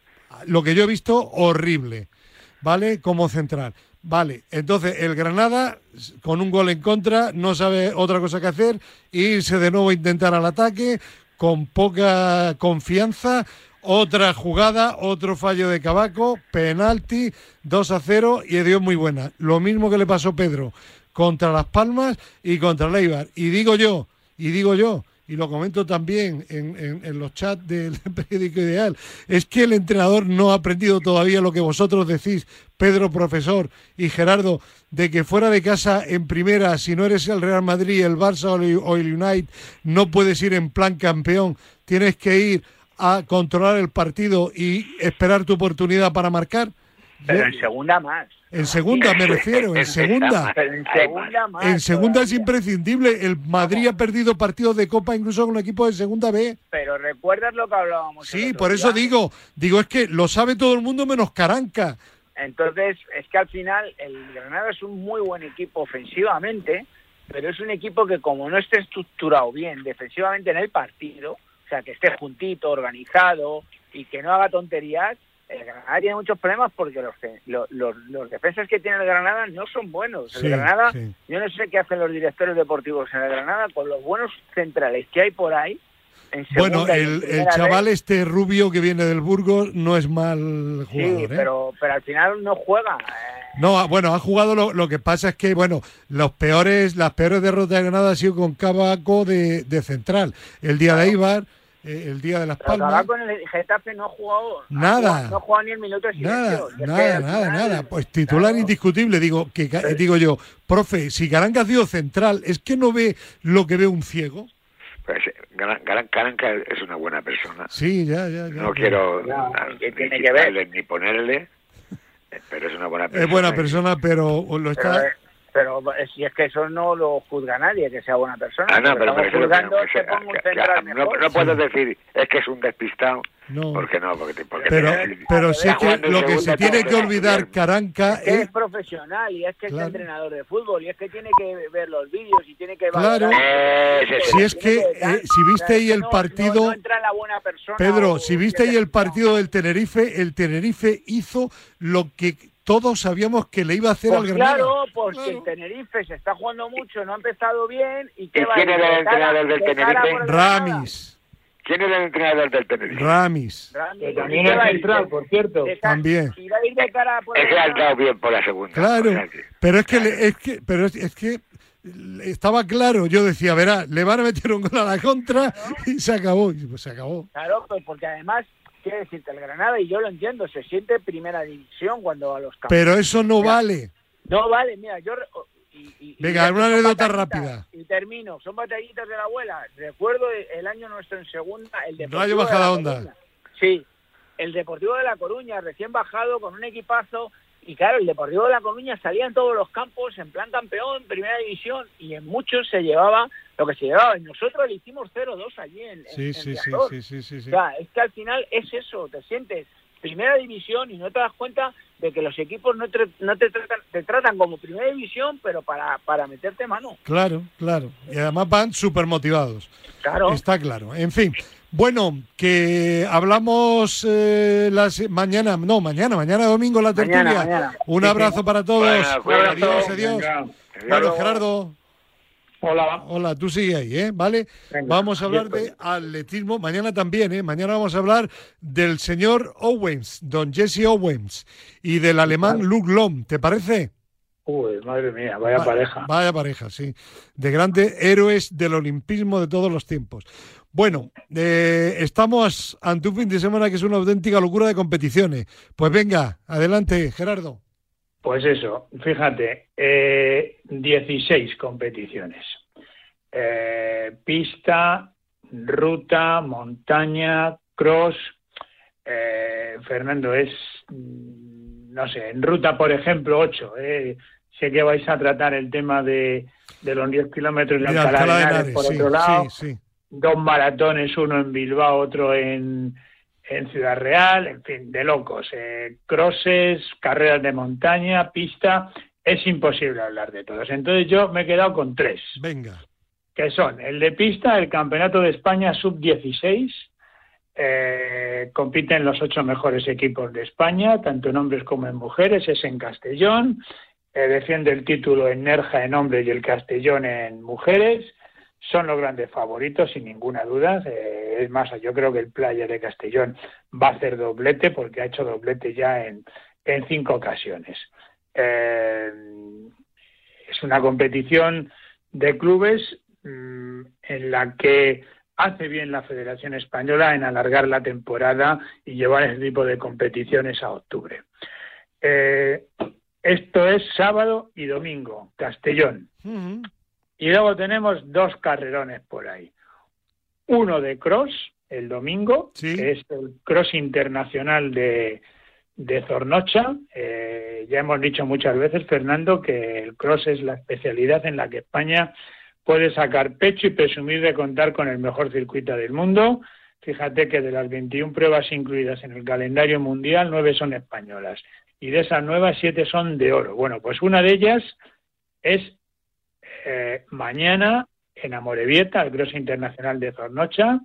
lo que yo he visto, horrible, ¿vale? Como central. Vale, entonces el Granada, con un gol en contra, no sabe otra cosa que hacer, irse de nuevo a intentar al ataque, con poca confianza, otra jugada, otro fallo de Cabaco, penalti, dos a cero y dio muy buena. Lo mismo que le pasó a Pedro contra Las Palmas y contra el Eibar. Y digo yo, y digo yo, y lo comento también en, en, en los chats del periódico Ideal, es que el entrenador no ha aprendido todavía lo que vosotros decís, Pedro, profesor, y Gerardo, de que fuera de casa en primera, si no eres el Real Madrid, el Barça o el United, no puedes ir en plan campeón, tienes que ir a controlar el partido y esperar tu oportunidad para marcar. Pero en segunda más. En segunda me refiero, en segunda. Pero en segunda más. En segunda es imprescindible. El Madrid ha perdido partidos de Copa incluso con un equipo de segunda B. Pero ¿recuerdas lo que hablábamos? Sí, por eso digo, digo es que lo sabe todo el mundo menos Caranca. Entonces, es que al final el Granada es un muy buen equipo ofensivamente, pero es un equipo que como no esté estructurado bien defensivamente en el partido, o sea, que esté juntito, organizado y que no haga tonterías, el Granada tiene muchos problemas porque los, los, los, los defensas que tiene el Granada no son buenos. El sí, Granada, sí. Yo no sé qué hacen los directores deportivos en el Granada con los buenos centrales que hay por ahí. En bueno, el, el chaval vez, este rubio que viene del Burgos no es mal jugador. Sí, ¿eh? pero, pero al final no juega. No, bueno, ha jugado, lo, lo que pasa es que, bueno, los peores, las peores derrotas de Granada han sido con Cabaco de, de central. El día de Eibar, eh, el día de Las Palmas. Cabaco en el Getafe no ha jugado. Nada. Ha jugado, no ha jugado ni el minuto de silencio. Nada, nada, nada, nada. Pues titular claro. indiscutible. Digo, que sí. digo yo, profe, si Caranca ha sido central, ¿es que no ve lo que ve un ciego? Pues, Caranca es una buena persona. Sí, ya, ya. ya no ya. quiero ya, ni, ¿qué tiene ni que ver? ni ponerle, pero es una buena persona. Es buena persona, pero lo está... Pero, Pero si es que eso no lo juzga nadie, que sea buena persona. Ah, no, pero, pero juzgando, que, te pongo un que, central que, no, mejor. no puedes decir, es que es un despistado. No. ¿Por qué no? Porque, porque pero te, pero sí es que jugando lo que en se segunda tiene que para olvidar, estudiar. Caranca, Es que es... es profesional y es que Claro. es entrenador de fútbol y es que tiene que ver los vídeos y tiene que Claro. valorar. Eh, sí, sí. Si es que, eh, si viste ahí el no, partido... No, no entra la buena persona. Pedro, o- si viste ahí el partido del Tenerife, el Tenerife hizo lo que todos sabíamos que le iba a hacer Pues al Granada. claro, porque Claro. el Tenerife se está jugando mucho, no ha empezado bien. ¿Y ¿Y qué va a quién ir? era el ¿De cara- entrenador del de cara Tenerife? por el Granada? Ramis, ¿Quién era el entrenador del Tenerife? Ramis, Ramis, Que ¿y también qué es va a ir? central, por cierto. De cara- También. Si va a ir de cara por el Es que ha Granada. entrado bien por la segunda. claro, o sea que- pero es que, claro. le- es que, pero es, es que estaba claro, yo decía, verá, le van a meter un gol a la contra y se acabó, y pues se acabó. Claro, pues porque además, quiere decirte, el Granada, y yo lo entiendo, se siente primera división cuando a los campos. Pero eso no Ya. vale. No, vale, mira, yo... re- y- y- Venga, y una son anécdota batallitas, rápida. Y termino, son batallitas de la abuela. Recuerdo el año nuestro en segunda, el Deportivo Rayo de La Majadahonda. Coruña. Sí, el Deportivo de La Coruña, recién bajado, con un equipazo. Y claro, el Deportivo de La Coruña salía en todos los campos en plan campeón, primera división, y en muchos se llevaba lo que se llevaba. Y nosotros le hicimos cero dos allí en, en- Sí, en sí, sí, Riazor. sí, sí, sí, sí. O sea, es que al final es eso, te sientes primera división y no te das cuenta de que los equipos no te, no te tratan, te tratan como primera división, pero para, para meterte mano. Claro, claro. Y además van súper motivados. Claro. Está claro. En fin. Bueno, que hablamos eh, las, mañana, no, mañana, mañana domingo la tertulia. Mañana, mañana. Un Sí, abrazo sí. para todos. Bueno, cuídate. Adiós, adiós. Venga. Bueno, Gerardo, Hola. hola, tú sigue ahí, ¿eh? ¿Vale? Venga, Vamos a hablar aquí de estoy. atletismo. Mañana también, ¿eh? Mañana vamos a hablar del señor Owens, don Jesse Owens, y del alemán Luke Lom. ¿Te parece? Uy, madre mía, vaya Va- pareja. Vaya pareja, sí. De grandes héroes del olimpismo de todos los tiempos. Bueno, eh, estamos ante un fin de semana que es una auténtica locura de competiciones. Pues venga, adelante, Gerardo. Pues eso, fíjate, eh, dieciséis competiciones. Eh, pista, ruta, montaña, cross. Eh, Fernando, es, mm, no sé, en ruta, por ejemplo, ocho. Eh. Sé que vais a tratar el tema de, de los diez kilómetros de Mira, Alcalá de Alcalá de Henares, Henares, por sí, otro lado. sí, sí. Dos maratones, uno en Bilbao, otro en, en Ciudad Real, en fin, de locos. Eh, crosses, carreras de montaña, pista, es imposible hablar de todos. Entonces yo me he quedado con tres, Venga. que son el de pista, el Campeonato de España sub dieciséis, eh, compiten los ocho mejores equipos de España, tanto en hombres como en mujeres, es en Castellón, eh, defiende el título en Nerja en hombres y el Castellón en mujeres. Son los grandes favoritos, sin ninguna duda. Eh, es más, yo creo que el Playa de Castellón va a hacer doblete, porque ha hecho doblete ya en, en cinco ocasiones. Eh, es una competición de clubes mmm, en la que hace bien la Federación Española en alargar la temporada y llevar ese tipo de competiciones a octubre. Eh, esto es sábado y domingo, Castellón. Uh-huh. Y luego tenemos dos carrerones por ahí. Uno de cross, el domingo, sí. que es el cross internacional de, de Zornocha. Eh, ya hemos dicho muchas veces, Fernando, que el cross es la especialidad en la que España puede sacar pecho y presumir de contar con el mejor circuito del mundo. Fíjate que de las veintiuna pruebas incluidas en el calendario mundial, nueve son españolas. Y de esas nuevas, siete son de oro. Bueno, pues una de ellas es Eh, mañana en Amorebieta, el Cross Internacional de Zornocha.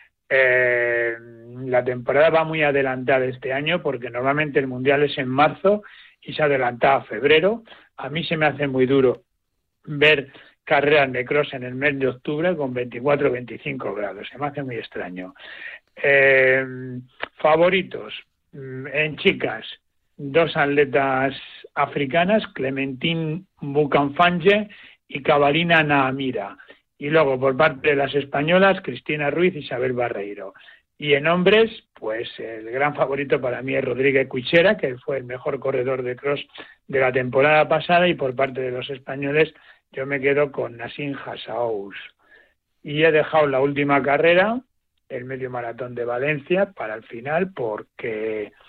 Eh, la temporada va muy adelantada este año porque normalmente el Mundial es en marzo y se adelanta a febrero. A mí se me hace muy duro ver carreras de cross en el mes de octubre con veinticuatro o veinticinco grados. Se me hace muy extraño. Eh, favoritos. En chicas, dos atletas africanas, Clementine Bucanfanje y Cabalina Naamira. Y luego, por parte de las españolas, Cristina Ruiz y Isabel Barreiro. Y en hombres, pues el gran favorito para mí es Rodríguez Cuichera, que fue el mejor corredor de cross de la temporada pasada, y por parte de los españoles yo me quedo con Nassim Hassaous. Y he dejado la última carrera, el medio maratón de Valencia, para el final, porque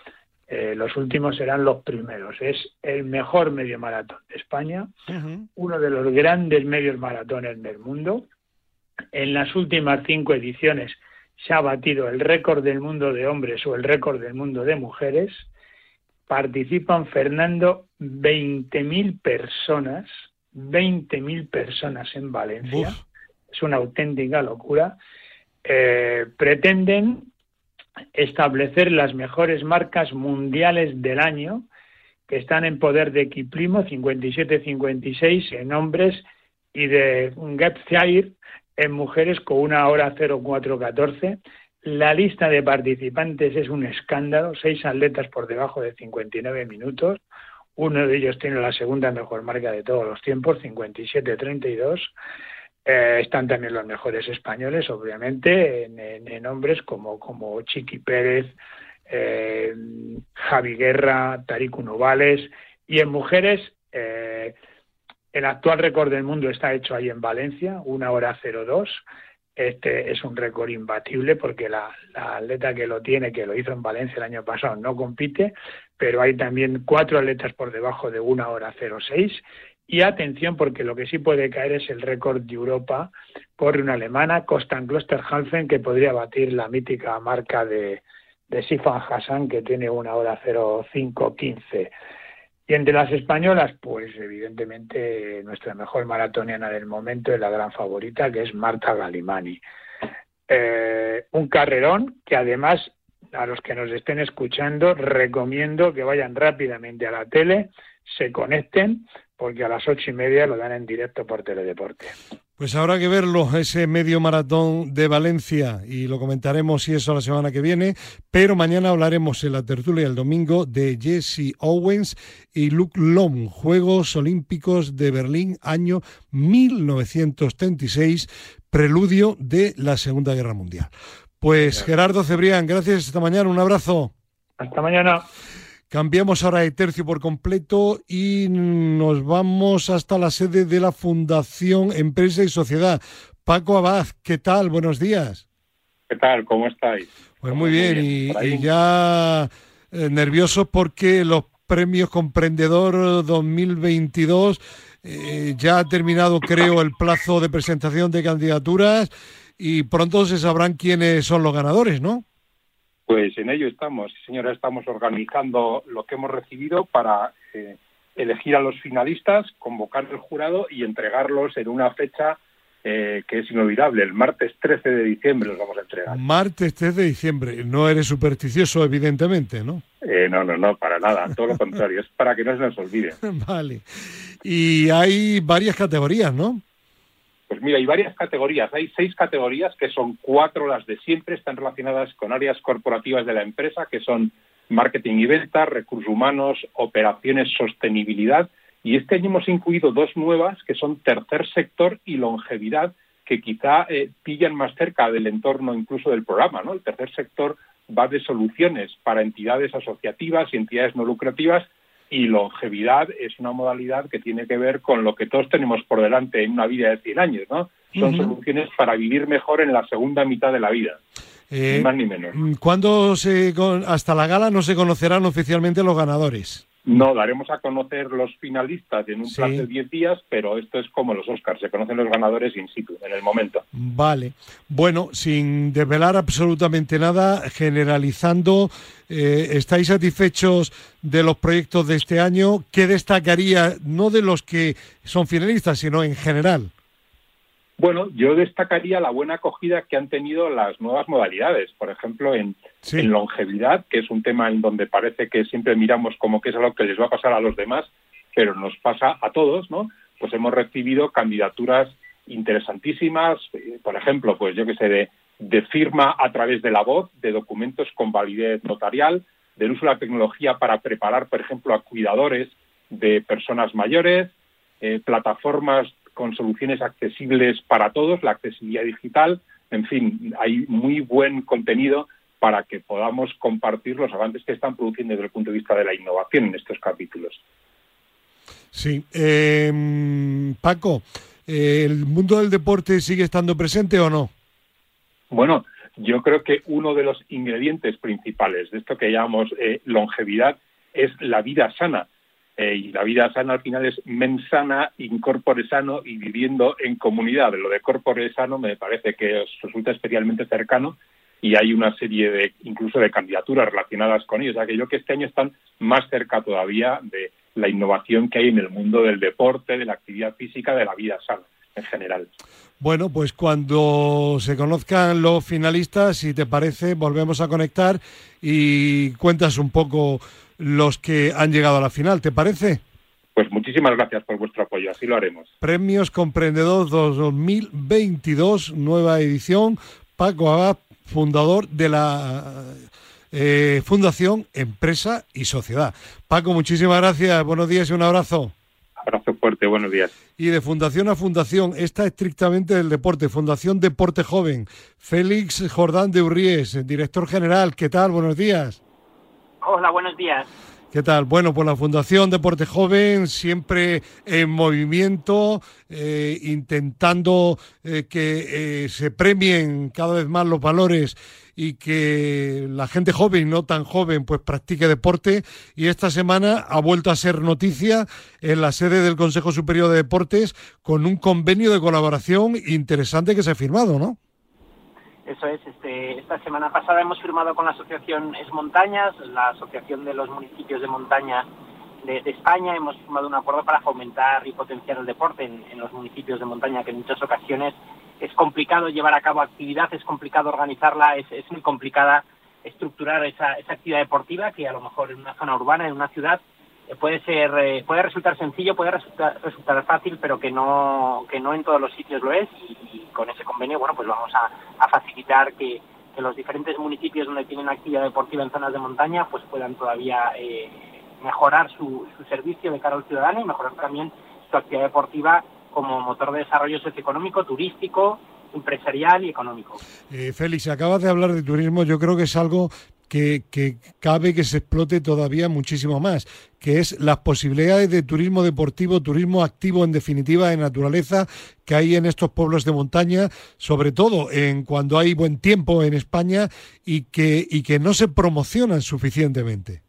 Eh, los últimos serán los primeros. Es el mejor medio maratón de España, uh-huh. uno de los grandes medios maratones del mundo. En las últimas cinco ediciones se ha batido el récord del mundo de hombres o el récord del mundo de mujeres. Participan, Fernando, veinte mil personas, veinte mil personas en Valencia. Uf. Es una auténtica locura. Eh, pretenden establecer las mejores marcas mundiales del año, que están en poder de Kiplimo, cincuenta y siete cincuenta y seis en hombres, y de Gepzair en mujeres con una hora cero cuatro catorce. La lista de participantes es un escándalo, seis atletas por debajo de cincuenta y nueve minutos, uno de ellos tiene la segunda mejor marca de todos los tiempos, cincuenta y siete treinta y dos. Eh, están también los mejores españoles, obviamente, en, en, en hombres como, como Chiqui Pérez, eh, Javi Guerra, Tariq Novales, y en mujeres eh, el actual récord del mundo está hecho ahí en Valencia, una hora cero dos. Este es un récord imbatible porque la, la atleta que lo tiene, que lo hizo en Valencia el año pasado, no compite, pero hay también cuatro atletas por debajo de una hora cero seis. Y atención, porque lo que sí puede caer es el récord de Europa. Corre una alemana, Kostan Klosterhalfen, que podría batir la mítica marca de, de Sifan Hassan, que tiene una hora cero cinco quince. Y entre las españolas, pues evidentemente nuestra mejor maratoniana del momento es la gran favorita, que es Marta Galimani. Eh, un carrerón que además, a los que nos estén escuchando, recomiendo que vayan rápidamente a la tele, se conecten, porque a las ocho y media lo dan en directo por Teledeporte. Pues habrá que verlo, ese medio maratón de Valencia, y lo comentaremos si eso la semana que viene, pero mañana hablaremos en la tertulia el domingo de Jesse Owens y Luke Long, Juegos Olímpicos de Berlín, año mil novecientos treinta y seis, preludio de la Segunda Guerra Mundial. Pues Gerardo Cebrián, gracias, hasta mañana, un abrazo. Hasta mañana. Cambiamos ahora de tercio por completo y nos vamos hasta la sede de la Fundación Empresa y Sociedad. Paco Abad, ¿qué tal? Buenos días. ¿Qué tal? ¿Cómo estáis? Pues muy bien, bien. Y, y ya eh, nerviosos porque los premios Comprendedor dos mil veintidós eh, ya ha terminado, creo, el plazo de presentación de candidaturas y pronto se sabrán quiénes son los ganadores, ¿no? Pues en ello estamos, señora, estamos organizando lo que hemos recibido para eh, elegir a los finalistas, convocar al jurado y entregarlos en una fecha eh, que es inolvidable. El martes trece de diciembre los vamos a entregar. Martes trece de diciembre. No eres supersticioso, evidentemente, ¿no? Eh, no, no, no, para nada. Todo lo contrario. Es para que no se nos olvide. Vale. Y hay varias categorías, ¿no? Pues mira, hay varias categorías. Hay seis categorías que son cuatro las de siempre, están relacionadas con áreas corporativas de la empresa, que son marketing y ventas, recursos humanos, operaciones, sostenibilidad. Y este año hemos incluido dos nuevas, que son tercer sector y longevidad, que quizá eh, pillan más cerca del entorno incluso del programa, ¿no? El tercer sector va de soluciones para entidades asociativas y entidades no lucrativas, y longevidad es una modalidad que tiene que ver con lo que todos tenemos por delante en una vida de cien años, ¿no? Son uh-huh. soluciones para vivir mejor en la segunda mitad de la vida, eh, ni más ni menos. ¿Cuándo se, hasta la gala no se conocerán oficialmente los ganadores? No, daremos a conocer los finalistas en un sí. plazo de diez días, pero esto es como los Oscars, se conocen los ganadores in situ, en el momento. Vale. Bueno, sin desvelar absolutamente nada, generalizando, eh, ¿estáis satisfechos de los proyectos de este año? ¿Qué destacaría, no de los que son finalistas, sino en general? Bueno, yo destacaría la buena acogida que han tenido las nuevas modalidades. Por ejemplo, en, sí. en longevidad, que es un tema en donde parece que siempre miramos como que es algo que les va a pasar a los demás, pero nos pasa a todos, ¿no? Pues hemos recibido candidaturas interesantísimas, eh, por ejemplo, pues yo que sé, de, de firma a través de la voz, de documentos con validez notarial, del uso de la tecnología para preparar, por ejemplo, a cuidadores de personas mayores, eh, plataformas con soluciones accesibles para todos, la accesibilidad digital, en fin, hay muy buen contenido para que podamos compartir los avances que están produciendo desde el punto de vista de la innovación en estos capítulos. Sí. Eh, Paco, ¿el mundo del deporte sigue estando presente o no? Bueno, yo creo que uno de los ingredientes principales de esto que llamamos eh, longevidad es la vida sana. Eh, y la vida sana al final es mens sana, in corpore sano y viviendo en comunidad. Lo de corpore sano me parece que os resulta especialmente cercano y hay una serie de incluso de candidaturas relacionadas con ello. O sea, que yo creo que este año están más cerca todavía de la innovación que hay en el mundo del deporte, de la actividad física, de la vida sana en general. Bueno, pues cuando se conozcan los finalistas, si te parece, volvemos a conectar y cuentas un poco los que han llegado a la final, ¿te parece? Pues muchísimas gracias por vuestro apoyo, así lo haremos. Premios Comprendedor dos mil veintidós, nueva edición. Paco Abad, fundador de la eh, Fundación Empresa y Sociedad. Paco, muchísimas gracias, buenos días y un abrazo. Abrazo fuerte, buenos días. Y de fundación a fundación, esta estrictamente del deporte, Fundación Deporte Joven. Félix Jordán de Urries, director general, ¿qué tal? Buenos días. Hola, buenos días. ¿Qué tal? Bueno, pues la Fundación Deporte Joven siempre en movimiento, eh, intentando eh, que eh, se premien cada vez más los valores y que la gente joven y no tan joven pues practique deporte. Y esta semana ha vuelto a ser noticia en la sede del Consejo Superior de Deportes con un convenio de colaboración interesante que se ha firmado, ¿no? Eso es, este, esta semana pasada hemos firmado con la asociación Es Montañas, la asociación de los municipios de montaña de, de España. Hemos firmado un acuerdo para fomentar y potenciar el deporte en, en los municipios de montaña, que en muchas ocasiones es complicado llevar a cabo actividad, es complicado organizarla, es, es muy complicada estructurar esa, esa actividad deportiva que a lo mejor en una zona urbana, en una ciudad, eh, puede ser, eh, puede resultar sencillo, puede resultar, resultar fácil, pero que no, que no en todos los sitios lo es. Y, y con ese convenio, bueno, pues vamos a, a facilitar que, que los diferentes municipios donde tienen actividad deportiva en zonas de montaña, pues puedan todavía eh, mejorar su, su servicio de cara al ciudadano y mejorar también su actividad deportiva como motor de desarrollo socioeconómico, turístico, empresarial y económico. Eh, Félix, acabas de hablar de turismo, yo creo que es algo que, que cabe que se explote todavía muchísimo más, que es las posibilidades de turismo deportivo, turismo activo en definitiva de naturaleza que hay en estos pueblos de montaña, sobre todo en cuando hay buen tiempo en España y que, y que no se promocionan suficientemente.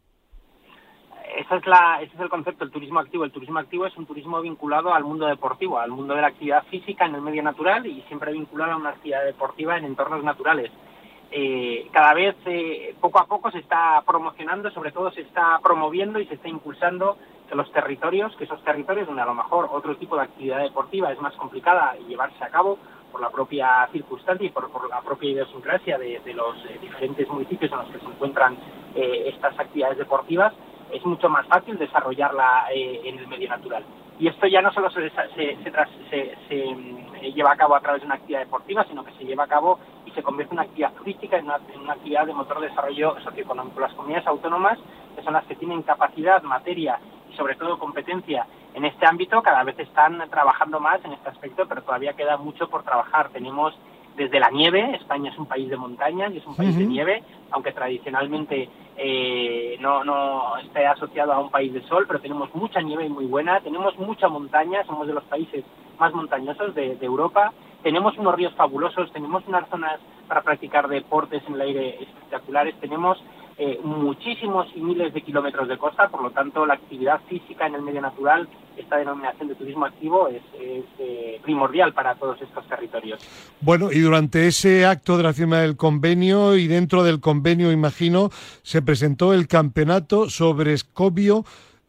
Esa es la, ese es el concepto, el turismo activo. El turismo activo es un turismo vinculado al mundo deportivo, al mundo de la actividad física en el medio natural y siempre vinculado a una actividad deportiva en entornos naturales. Eh, cada vez, eh, poco a poco, se está promocionando, sobre todo se está promoviendo y se está impulsando que los territorios, que esos territorios donde a lo mejor otro tipo de actividad deportiva es más complicada llevarse a cabo por la propia circunstancia y por, por la propia idiosincrasia de, de los eh, diferentes municipios en los que se encuentran eh, estas actividades deportivas, es mucho más fácil desarrollarla eh, en el medio natural. Y esto ya no solo se, se, se, tras, se, se eh, lleva a cabo a través de una actividad deportiva, sino que se lleva a cabo y se convierte en una actividad turística, en una, en una actividad de motor de desarrollo socioeconómico. Las comunidades autónomas, que son las que tienen capacidad, materia y sobre todo competencia en este ámbito, cada vez están trabajando más en este aspecto, pero todavía queda mucho por trabajar. Tenemos desde la nieve, España es un país de montañas y es un país uh-huh. de nieve, aunque tradicionalmente eh, no, no esté asociado a un país de sol, pero tenemos mucha nieve y muy buena, tenemos mucha montaña, somos de los países más montañosos de, de Europa, tenemos unos ríos fabulosos, tenemos unas zonas para practicar deportes en el aire espectaculares, tenemos eh, muchísimos y miles de kilómetros de costa, por lo tanto la actividad física en el medio natural, esta denominación de turismo activo es, es eh, primordial para todos estos territorios. Bueno, y durante ese acto de la firma del convenio y dentro del convenio, imagino, se presentó el campeonato sobre escobio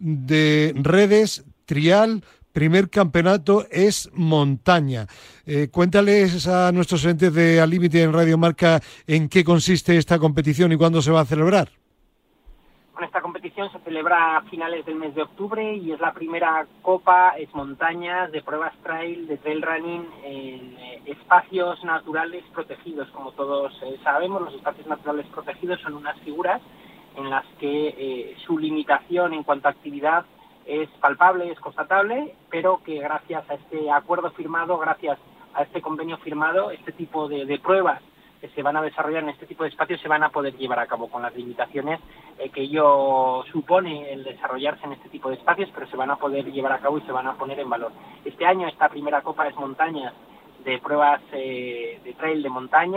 de redes trial. Primer campeonato es montaña. Eh, cuéntales a nuestros oyentes de Al Límite en Radio Marca en qué consiste esta competición y cuándo se va a celebrar. Bueno, esta competición se celebra a finales del mes de octubre y es la primera Copa Es Montañas de pruebas trail, de trail running en eh, espacios naturales protegidos. Como todos eh, sabemos, los espacios naturales protegidos son unas figuras en las que eh, su limitación en cuanto a actividad es palpable, es constatable, pero que gracias a este acuerdo firmado, gracias a este convenio firmado, este tipo de, de pruebas que se van a desarrollar en este tipo de espacios se van a poder llevar a cabo con las limitaciones eh, que ello supone el desarrollarse en este tipo de espacios, pero se van a poder llevar a cabo y se van a poner en valor. Este año esta primera Copa Es Montañas de pruebas eh, de trail de montaña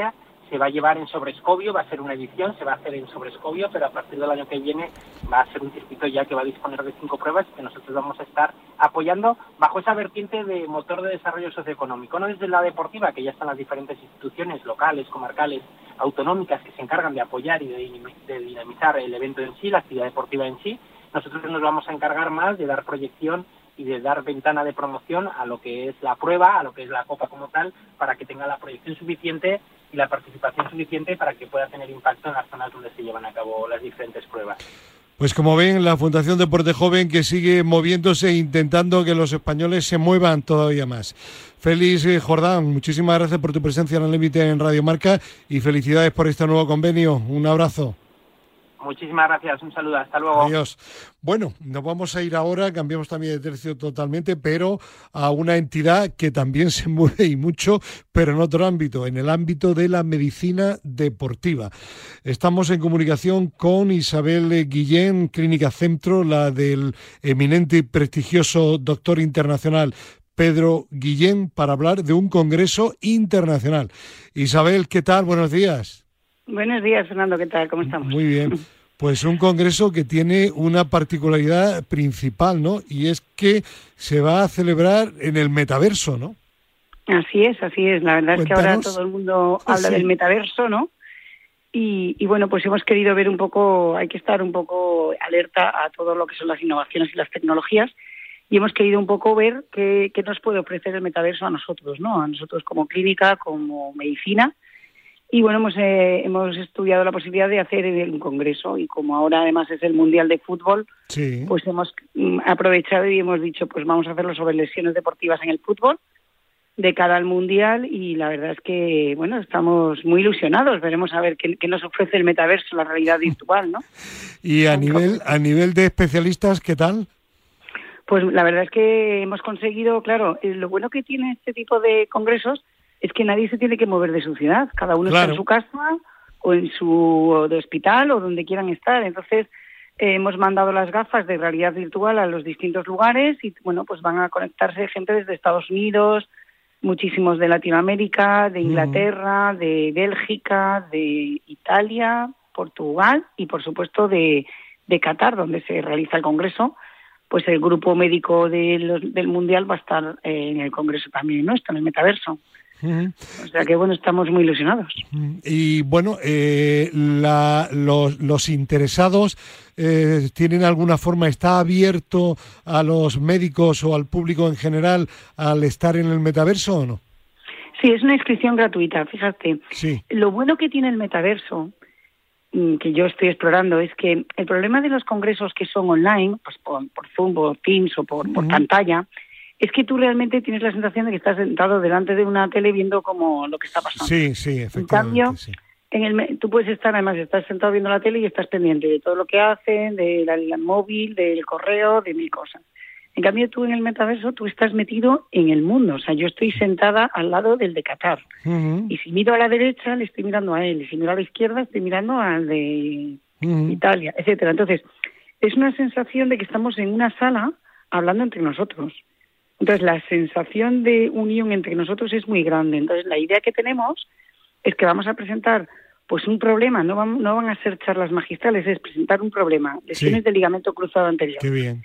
se va a llevar en sobrescobio, va a ser una edición, se va a hacer en sobrescobio, pero a partir del año que viene va a ser un circuito ya que va a disponer de cinco pruebas que nosotros vamos a estar apoyando bajo esa vertiente de motor de desarrollo socioeconómico, no desde la deportiva, que ya están las diferentes instituciones locales, comarcales, autonómicas que se encargan de apoyar y de, de dinamizar el evento en sí, la actividad deportiva en sí. Nosotros nos vamos a encargar más de dar proyección y de dar ventana de promoción a lo que es la prueba, a lo que es la Copa como tal, para que tenga la proyección suficiente y la participación suficiente para que pueda tener impacto en las zonas donde se llevan a cabo las diferentes pruebas. Pues como ven, la Fundación Deporte Joven que sigue moviéndose e intentando que los españoles se muevan todavía más. Félix eh, Jordán, muchísimas gracias por tu presencia en el límite en Radio Marca y felicidades por este nuevo convenio. Un abrazo. Muchísimas gracias, un saludo, hasta luego. Adiós. Bueno, nos vamos a ir ahora, cambiamos también de tercio totalmente, pero a una entidad que también se mueve y mucho, pero en otro ámbito, en el ámbito de la medicina deportiva. Estamos en comunicación con Isabel Guillén, Clínica Centro, la del eminente y prestigioso doctor internacional Pedro Guillén, para hablar de un congreso internacional. Isabel, ¿qué tal? Buenos días. Buenos días, Fernando, ¿qué tal? ¿Cómo estamos? Muy bien. Pues un congreso que tiene una particularidad principal, ¿no? Y es que se va a celebrar en el metaverso, ¿no? Así es, así es. La verdad Cuéntanos. Es que ahora todo el mundo habla sí. del metaverso, ¿no? Y, y bueno, pues hemos querido ver un poco, hay que estar un poco alerta a todo lo que son las innovaciones y las tecnologías, y hemos querido un poco ver qué, qué nos puede ofrecer el metaverso a nosotros, ¿no? A nosotros como clínica, como medicina. Y bueno, hemos, eh, hemos estudiado la posibilidad de hacer un congreso, y como ahora además es el Mundial de Fútbol, sí. pues hemos mm, aprovechado y hemos dicho, pues vamos a hacerlo sobre lesiones deportivas en el fútbol de cara al Mundial, y la verdad es que, bueno, estamos muy ilusionados. Veremos a ver qué, qué nos ofrece el metaverso, la realidad virtual, ¿no? Y a nivel, a nivel de especialistas, ¿qué tal? Pues la verdad es que hemos conseguido, claro, lo bueno que tiene este tipo de congresos es que nadie se tiene que mover de su ciudad, cada uno claro. está en su casa o en su de hospital o donde quieran estar. Entonces eh, hemos mandado las gafas de realidad virtual a los distintos lugares y bueno, pues van a conectarse gente desde Estados Unidos, muchísimos de Latinoamérica, de Inglaterra, mm. de Bélgica, de Italia, Portugal y por supuesto de, de Qatar, donde se realiza el congreso. Pues el grupo médico de los, del Mundial va a estar eh, en el congreso también nuestro, en el metaverso. Uh-huh. O sea que, bueno, estamos muy ilusionados. Y, bueno, eh, la, los, los interesados eh, ¿tienen alguna forma, está abierto a los médicos o al público en general al estar en el metaverso o no? Sí, es una inscripción gratuita, fíjate. Sí. Lo bueno que tiene el metaverso, que yo estoy explorando, es que el problema de los congresos que son online, pues por, por Zoom, por Teams o por, uh-huh. por pantalla, es que tú realmente tienes la sensación de que estás sentado delante de una tele viendo como lo que está pasando. Sí, sí, efectivamente. En cambio, sí. en el, tú puedes estar, además, estás sentado viendo la tele y estás pendiente de todo lo que hacen, del de móvil, del correo, de mil cosas. En cambio, tú en el metaverso, tú estás metido en el mundo. O sea, yo estoy sentada al lado del de Qatar. Uh-huh. Y si miro a la derecha, le estoy mirando a él. Y si miro a la izquierda, estoy mirando al de uh-huh. Italia, etcétera. Entonces, es una sensación de que estamos en una sala hablando entre nosotros. Entonces, la sensación de unión entre nosotros es muy grande. Entonces, la idea que tenemos es que vamos a presentar pues un problema. No van, no van a ser charlas magistrales, es presentar un problema. Lesiones sí. de ligamento cruzado anterior. Qué bien.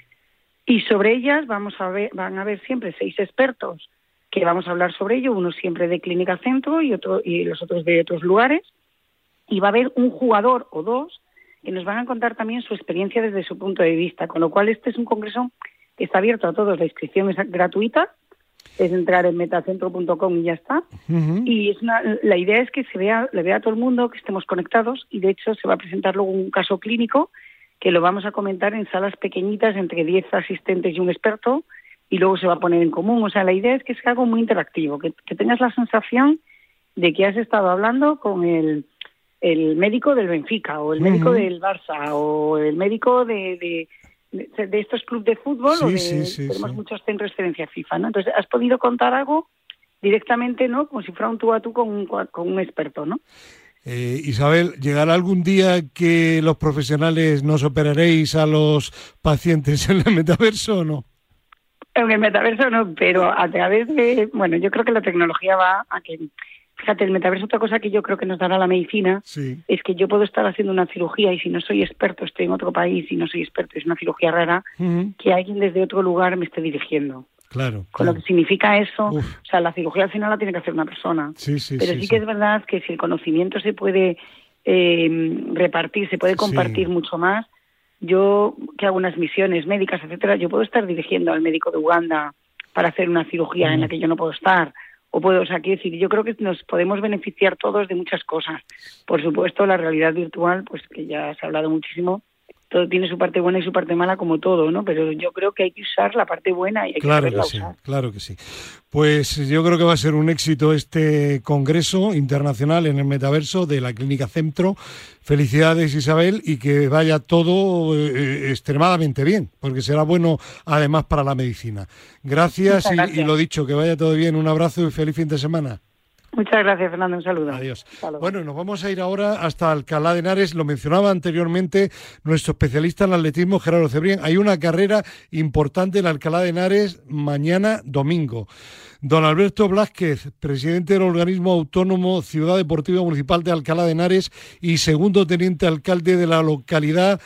Y sobre ellas vamos a ver, van a haber siempre seis expertos que vamos a hablar sobre ello, uno siempre de Clínica Centro y otro y los otros de otros lugares. Y va a haber un jugador o dos que nos van a contar también su experiencia desde su punto de vista, con lo cual este es un congreso que está abierto a todos. La inscripción es gratuita, es entrar en metacentro punto com y ya está. Uh-huh. Y es una, la idea es que se vea, le vea a todo el mundo, que estemos conectados, y de hecho se va a presentar luego un caso clínico que lo vamos a comentar en salas pequeñitas entre diez asistentes y un experto, y luego se va a poner en común. O sea, la idea es que sea algo muy interactivo, que, que tengas la sensación de que has estado hablando con el, el médico del Benfica, o el uh-huh. médico del Barça, o el médico de, de, de, de estos clubes de fútbol, sí, o de, sí, sí, tenemos sí. muchos centros de excelencia FIFA, ¿no? Entonces, has podido contar algo directamente, ¿no? Como si fuera un tú a tú con un, con un experto, ¿no? Eh, Isabel, ¿llegará algún día que los profesionales nos operaréis a los pacientes en el metaverso o no? En el metaverso no, pero a través de... Bueno, yo creo que la tecnología va a que Fíjate, el metaverso, otra cosa que yo creo que nos dará la medicina, sí. es que yo puedo estar haciendo una cirugía y si no soy experto, estoy en otro país y no soy experto, es una cirugía rara, uh-huh. que alguien desde otro lugar me esté dirigiendo. Claro. Con claro. lo que significa eso, Uf. o sea, la cirugía al final la tiene que hacer una persona. Sí, sí, Pero sí, sí que sí. es verdad que si el conocimiento se puede eh, repartir, se puede compartir sí. mucho más. Yo, que hago unas misiones médicas, etcétera, yo puedo estar dirigiendo al médico de Uganda para hacer una cirugía mm. en la que yo no puedo estar. O puedo, o sea, quiero decir, yo creo que nos podemos beneficiar todos de muchas cosas. Por supuesto, la realidad virtual, pues que ya se ha hablado muchísimo, todo tiene su parte buena y su parte mala como todo, ¿no? Pero yo creo que hay que usar la parte buena y hay claro que saberla que sí, usar. Claro que sí. Pues yo creo que va a ser un éxito este congreso internacional en el metaverso de la Clínica Centro. Felicidades, Isabel, y que vaya todo eh, extremadamente bien, porque será bueno además para la medicina. Gracias, gracias. Y, y lo dicho, que vaya todo bien. Un abrazo y feliz fin de semana. Muchas gracias, Fernando. Un saludo. Adiós. Bueno, nos vamos a ir ahora hasta Alcalá de Henares. Lo mencionaba anteriormente nuestro especialista en atletismo, Gerardo Cebrián. Hay una carrera importante en Alcalá de Henares mañana domingo. Don Alberto Blázquez, presidente del organismo autónomo Ciudad Deportiva Municipal de Alcalá de Henares y segundo teniente alcalde de la localidad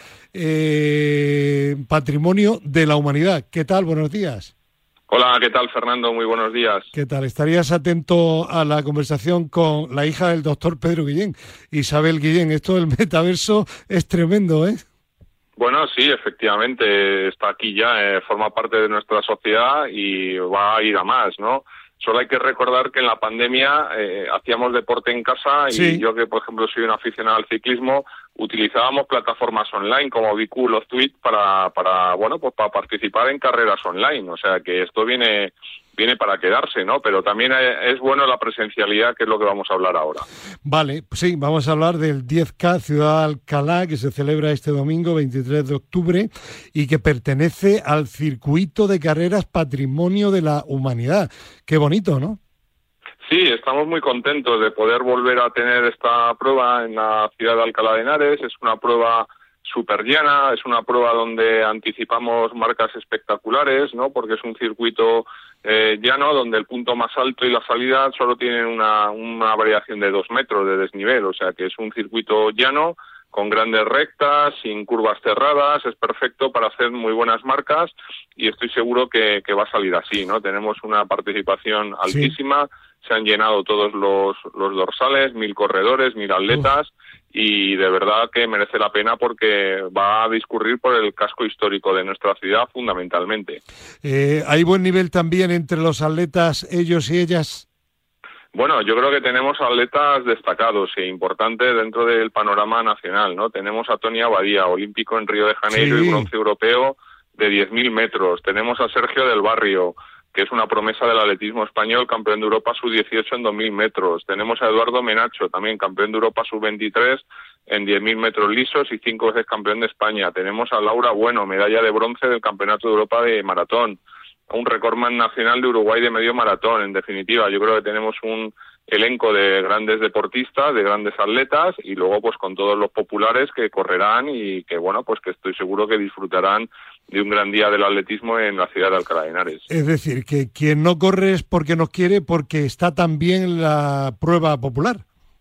eh, Patrimonio de la Humanidad. ¿Qué tal? Buenos días. Hola, ¿qué tal, Fernando? Muy buenos días. ¿Qué tal? ¿Estarías atento a la conversación con la hija del doctor Pedro Guillén, Isabel Guillén? Esto del metaverso es tremendo, ¿eh? Bueno, sí, efectivamente, está aquí ya, eh, forma parte de nuestra sociedad y va a ir a más, ¿no? Solo hay que recordar que en la pandemia eh, hacíamos deporte en casa y sí. yo que, por ejemplo, soy un aficionado al ciclismo, utilizábamos plataformas online como V Q, los Tweets para, para, bueno, pues para participar en carreras online. O sea que esto viene, viene para quedarse, ¿no? Pero también es bueno la presencialidad, que es lo que vamos a hablar ahora. Vale, pues sí, vamos a hablar del diez K Ciudad Alcalá, que se celebra este domingo, veintitrés de octubre, y que pertenece al circuito de carreras Patrimonio de la Humanidad. Qué bonito, ¿no? Sí, estamos muy contentos de poder volver a tener esta prueba en la ciudad de Alcalá de Henares. Es una prueba súper llana, es una prueba donde anticipamos marcas espectaculares, ¿no? Porque es un circuito eh, llano donde el punto más alto y la salida solo tienen una, una variación de dos metros de desnivel. O sea que es un circuito llano con grandes rectas, sin curvas cerradas, es perfecto para hacer muy buenas marcas y estoy seguro que, que va a salir así, ¿no? Tenemos una participación altísima. Sí. Se han llenado todos los, los dorsales, mil corredores, mil atletas, Uf. y de verdad que merece la pena porque va a discurrir por el casco histórico de nuestra ciudad fundamentalmente. Eh, ¿Hay buen nivel también entre los atletas, ellos y ellas? Bueno, yo creo que tenemos atletas destacados e importantes dentro del panorama nacional, ¿no? Tenemos a Tony Abadía, olímpico en Río de Janeiro sí. y bronce europeo de diez mil metros. Tenemos a Sergio del Barrio, que es una promesa del atletismo español, campeón de Europa sub dieciocho en dos mil metros. Tenemos a Eduardo Menacho, también campeón de Europa sub veintitrés en diez mil metros lisos y cinco veces campeón de España. Tenemos a Laura Bueno, medalla de bronce del Campeonato de Europa de maratón. Un recordman nacional de Uruguay de medio maratón. En definitiva, yo creo que tenemos un elenco de grandes deportistas, de grandes atletas y luego pues con todos los populares que correrán y que bueno, pues que estoy seguro que disfrutarán de un gran día del atletismo en la ciudad de Alcalá de Henares. Es decir, que quien no corre es porque no quiere, porque está también la prueba popular.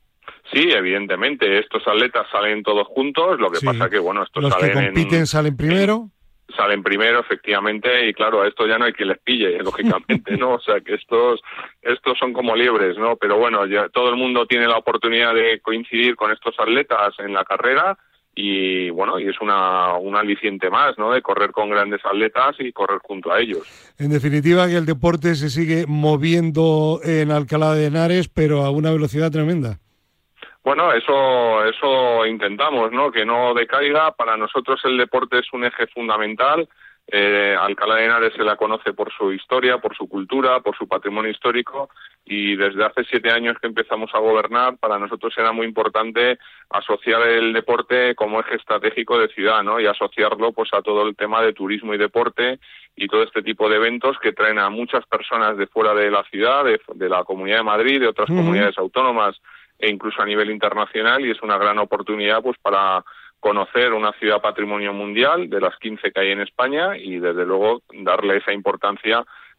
Sí, evidentemente, estos atletas salen todos juntos, lo que sí. pasa que bueno, estos los salen que compiten en, salen primero. En, salen primero, efectivamente, y claro, a esto ya no hay quien les pille, lógicamente, ¿no? O sea, que estos estos son como liebres, ¿no? Pero bueno, ya todo el mundo tiene la oportunidad de coincidir con estos atletas en la carrera y, bueno, y es una un aliciente más, ¿no? De correr con grandes atletas y correr junto a ellos. En definitiva, que el deporte se sigue moviendo en Alcalá de Henares, pero a una velocidad tremenda. Bueno, eso eso intentamos, ¿no? Que no decaiga. Para nosotros el deporte es un eje fundamental. Eh, Alcalá de Henares se la conoce por su historia, por su cultura, por su patrimonio histórico y desde hace siete años que empezamos a gobernar, para nosotros era muy importante asociar el deporte como eje estratégico de ciudad, ¿no? Y asociarlo pues a todo el tema de turismo y deporte y todo este tipo de eventos que traen a muchas personas de fuera de la ciudad, de, de la Comunidad de Madrid, de otras uh-huh. comunidades autónomas e incluso a nivel internacional, y es una gran oportunidad pues para conocer una ciudad patrimonio mundial de las quince que hay en España y desde luego darle esa importancia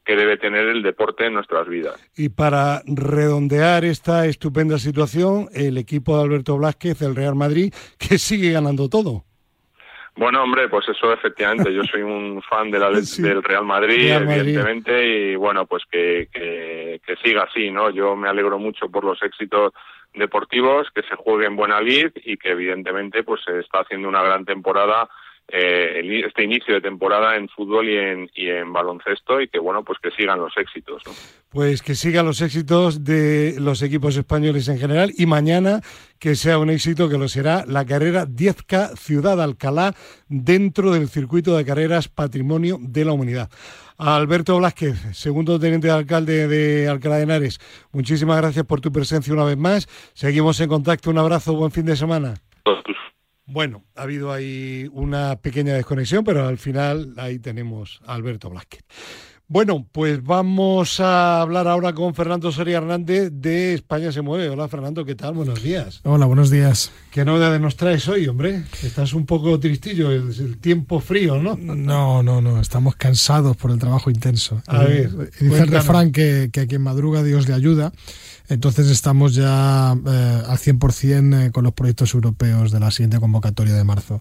que debe tener el deporte en nuestras vidas. Y para redondear esta estupenda situación, el equipo de Alberto Blázquez, el Real Madrid, que sigue ganando todo. Bueno, hombre, pues eso efectivamente, yo soy un fan de la, sí. del Real Madrid, Real Madrid, evidentemente, y bueno, pues que, que, que siga así, ¿no? Yo me alegro mucho por los éxitos deportivos, que se juegue en buena lid y que evidentemente pues se está haciendo una gran temporada, eh, el, este inicio de temporada en fútbol y en, y en baloncesto, y que bueno, pues que sigan los éxitos, ¿no? Pues que sigan los éxitos de los equipos españoles en general, y mañana que sea un éxito, que lo será, la carrera diez K Ciudad Alcalá dentro del circuito de carreras Patrimonio de la Humanidad. Alberto Blázquez, segundo teniente de alcalde de Alcalá de Henares, muchísimas gracias por tu presencia una vez más. Seguimos en contacto, un abrazo, buen fin de semana. Bueno, ha habido ahí una pequeña desconexión, pero al final ahí tenemos a Alberto Blázquez. Bueno, pues vamos a hablar ahora con Fernando Soria Hernández de España se mueve. Hola, Fernando, ¿qué tal? Buenos días. Hola, buenos días. ¿Qué novedades nos traes hoy, hombre? Estás un poco tristillo, el, el tiempo frío, ¿no? No, no, no, estamos cansados por el trabajo intenso. A ver, dice cuéntanos. El refrán que, que a quien madruga Dios le ayuda. Entonces estamos ya eh, al cien por ciento eh, con los proyectos europeos de la siguiente convocatoria de marzo.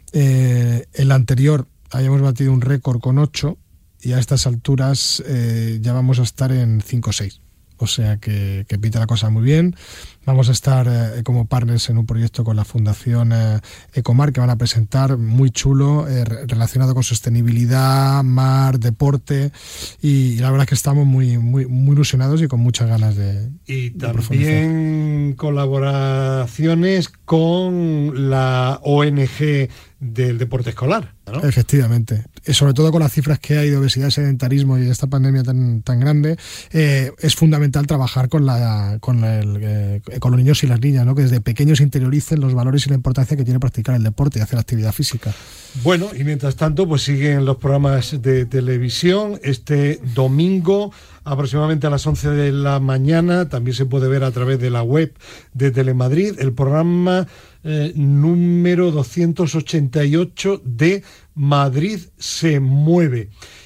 Eh, en la anterior habíamos batido un récord con ocho, y a estas alturas eh, ya vamos a estar en cinco o seis. O sea que, que pinta la cosa muy bien. Vamos a estar eh, como partners en un proyecto con la Fundación eh, Ecomar, que van a presentar, muy chulo, eh, relacionado con sostenibilidad, mar, deporte, y, y la verdad es que estamos muy, muy, muy ilusionados y con muchas ganas de Y de también colaboraciones con la O N G del deporte escolar, ¿no? Efectivamente. Sobre todo con las cifras que hay de obesidad, sedentarismo y esta pandemia tan, tan grande, eh, es fundamental trabajar con la con, el, eh, con los niños y las niñas, ¿no? Que desde pequeños interioricen los valores y la importancia que tiene practicar el deporte y hacer actividad física. Bueno, y mientras tanto, pues siguen los programas de televisión. Este domingo, aproximadamente a las once de la mañana, también se puede ver a través de la web de Telemadrid el programa eh, número doscientos ochenta y ocho de Madrid se mueve.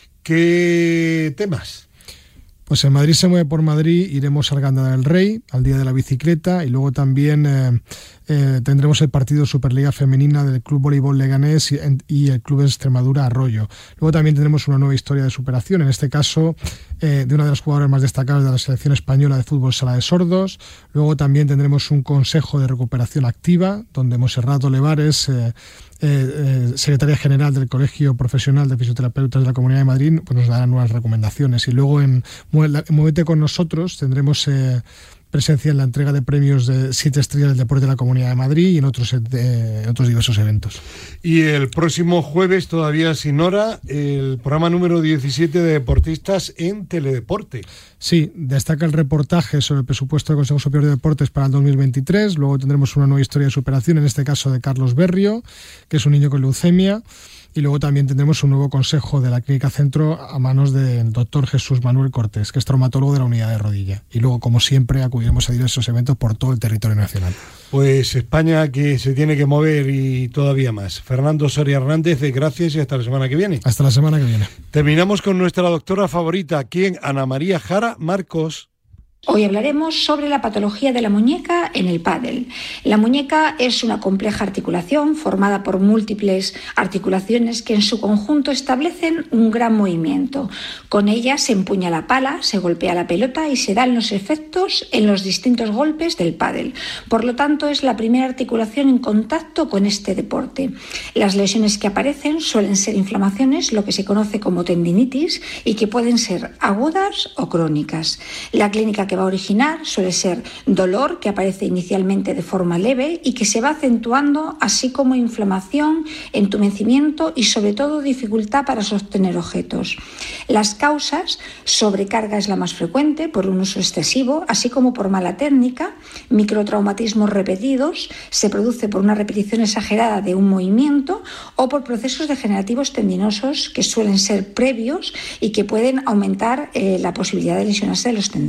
¿Qué temas? Pues en Madrid se mueve por Madrid, iremos al Ganda del Rey, al Día de la Bicicleta, y luego también eh, eh, tendremos el partido Superliga Femenina del Club Voleibol Leganés y, y el Club Extremadura Arroyo. Luego también tendremos una nueva historia de superación, en este caso eh, de una de las jugadoras más destacadas de la selección española de fútbol sala de sordos. Luego también tendremos un consejo de recuperación activa, donde Monserrat Olivares, eh, Eh, eh, secretaria general del Colegio Profesional de Fisioterapeutas de la Comunidad de Madrid, pues nos dará nuevas recomendaciones. Y luego en Muévete con nosotros tendremos eh, presencia en la entrega de premios de siete estrellas del deporte de la Comunidad de Madrid y en otros, eh, en otros diversos eventos. Y el próximo jueves, todavía sin hora, el programa número diecisiete de Deportistas en Teledeporte. Sí, destaca el reportaje sobre el presupuesto del Consejo Superior de Deportes para el dos mil veintitrés. Luego tendremos una nueva historia de superación, en este caso de Carlos Berrio, que es un niño con leucemia. Y luego también tendremos un nuevo consejo de la Clínica Centro a manos del doctor Jesús Manuel Cortés, que es traumatólogo de la unidad de rodilla. Y luego, como siempre, acudiremos a diversos eventos por todo el territorio nacional. Pues España que se tiene que mover y todavía más. Fernando Soria Hernández, gracias y hasta la semana que viene. Hasta la semana que viene. Terminamos con nuestra doctora favorita, aquí en Ana María Jara Marcos. Hoy hablaremos sobre la patología de la muñeca en el pádel. La muñeca es una compleja articulación formada por múltiples articulaciones que en su conjunto establecen un gran movimiento. Con ella se empuña la pala, se golpea la pelota y se dan los efectos en los distintos golpes del pádel. Por lo tanto, es la primera articulación en contacto con este deporte. Las lesiones que aparecen suelen ser inflamaciones, lo que se conoce como tendinitis, y que pueden ser agudas o crónicas. La clínica que va a originar suele ser dolor que aparece inicialmente de forma leve y que se va acentuando, así como inflamación, entumecimiento y sobre todo dificultad para sostener objetos. Las causas: sobrecarga es la más frecuente por un uso excesivo, así como por mala técnica, microtraumatismos repetidos, se produce por una repetición exagerada de un movimiento o por procesos degenerativos tendinosos que suelen ser previos y que pueden aumentar eh, la posibilidad de lesionarse de los tendones.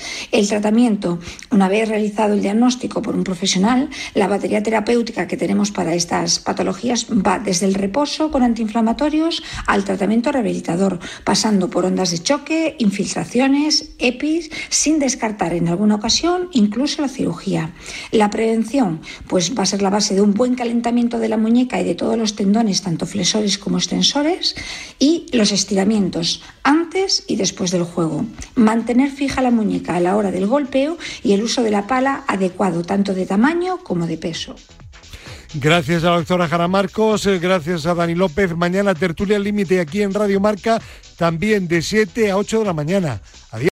El tratamiento, una vez realizado el diagnóstico por un profesional, la batería terapéutica que tenemos para estas patologías va desde el reposo con antiinflamatorios al tratamiento rehabilitador, pasando por ondas de choque, infiltraciones, EPIs, sin descartar en alguna ocasión incluso la cirugía. La prevención, pues va a ser la base de un buen calentamiento de la muñeca y de todos los tendones, tanto flexores como extensores, y los estiramientos antes y después del juego. Mantener fija la muñeca a la hora del golpeo y el uso de la pala adecuado, tanto de tamaño como de peso. Gracias a la doctora Jara Marcos, gracias a Dani López. Mañana tertulia al límite aquí en Radio Marca, también de siete a ocho de la mañana. Adiós.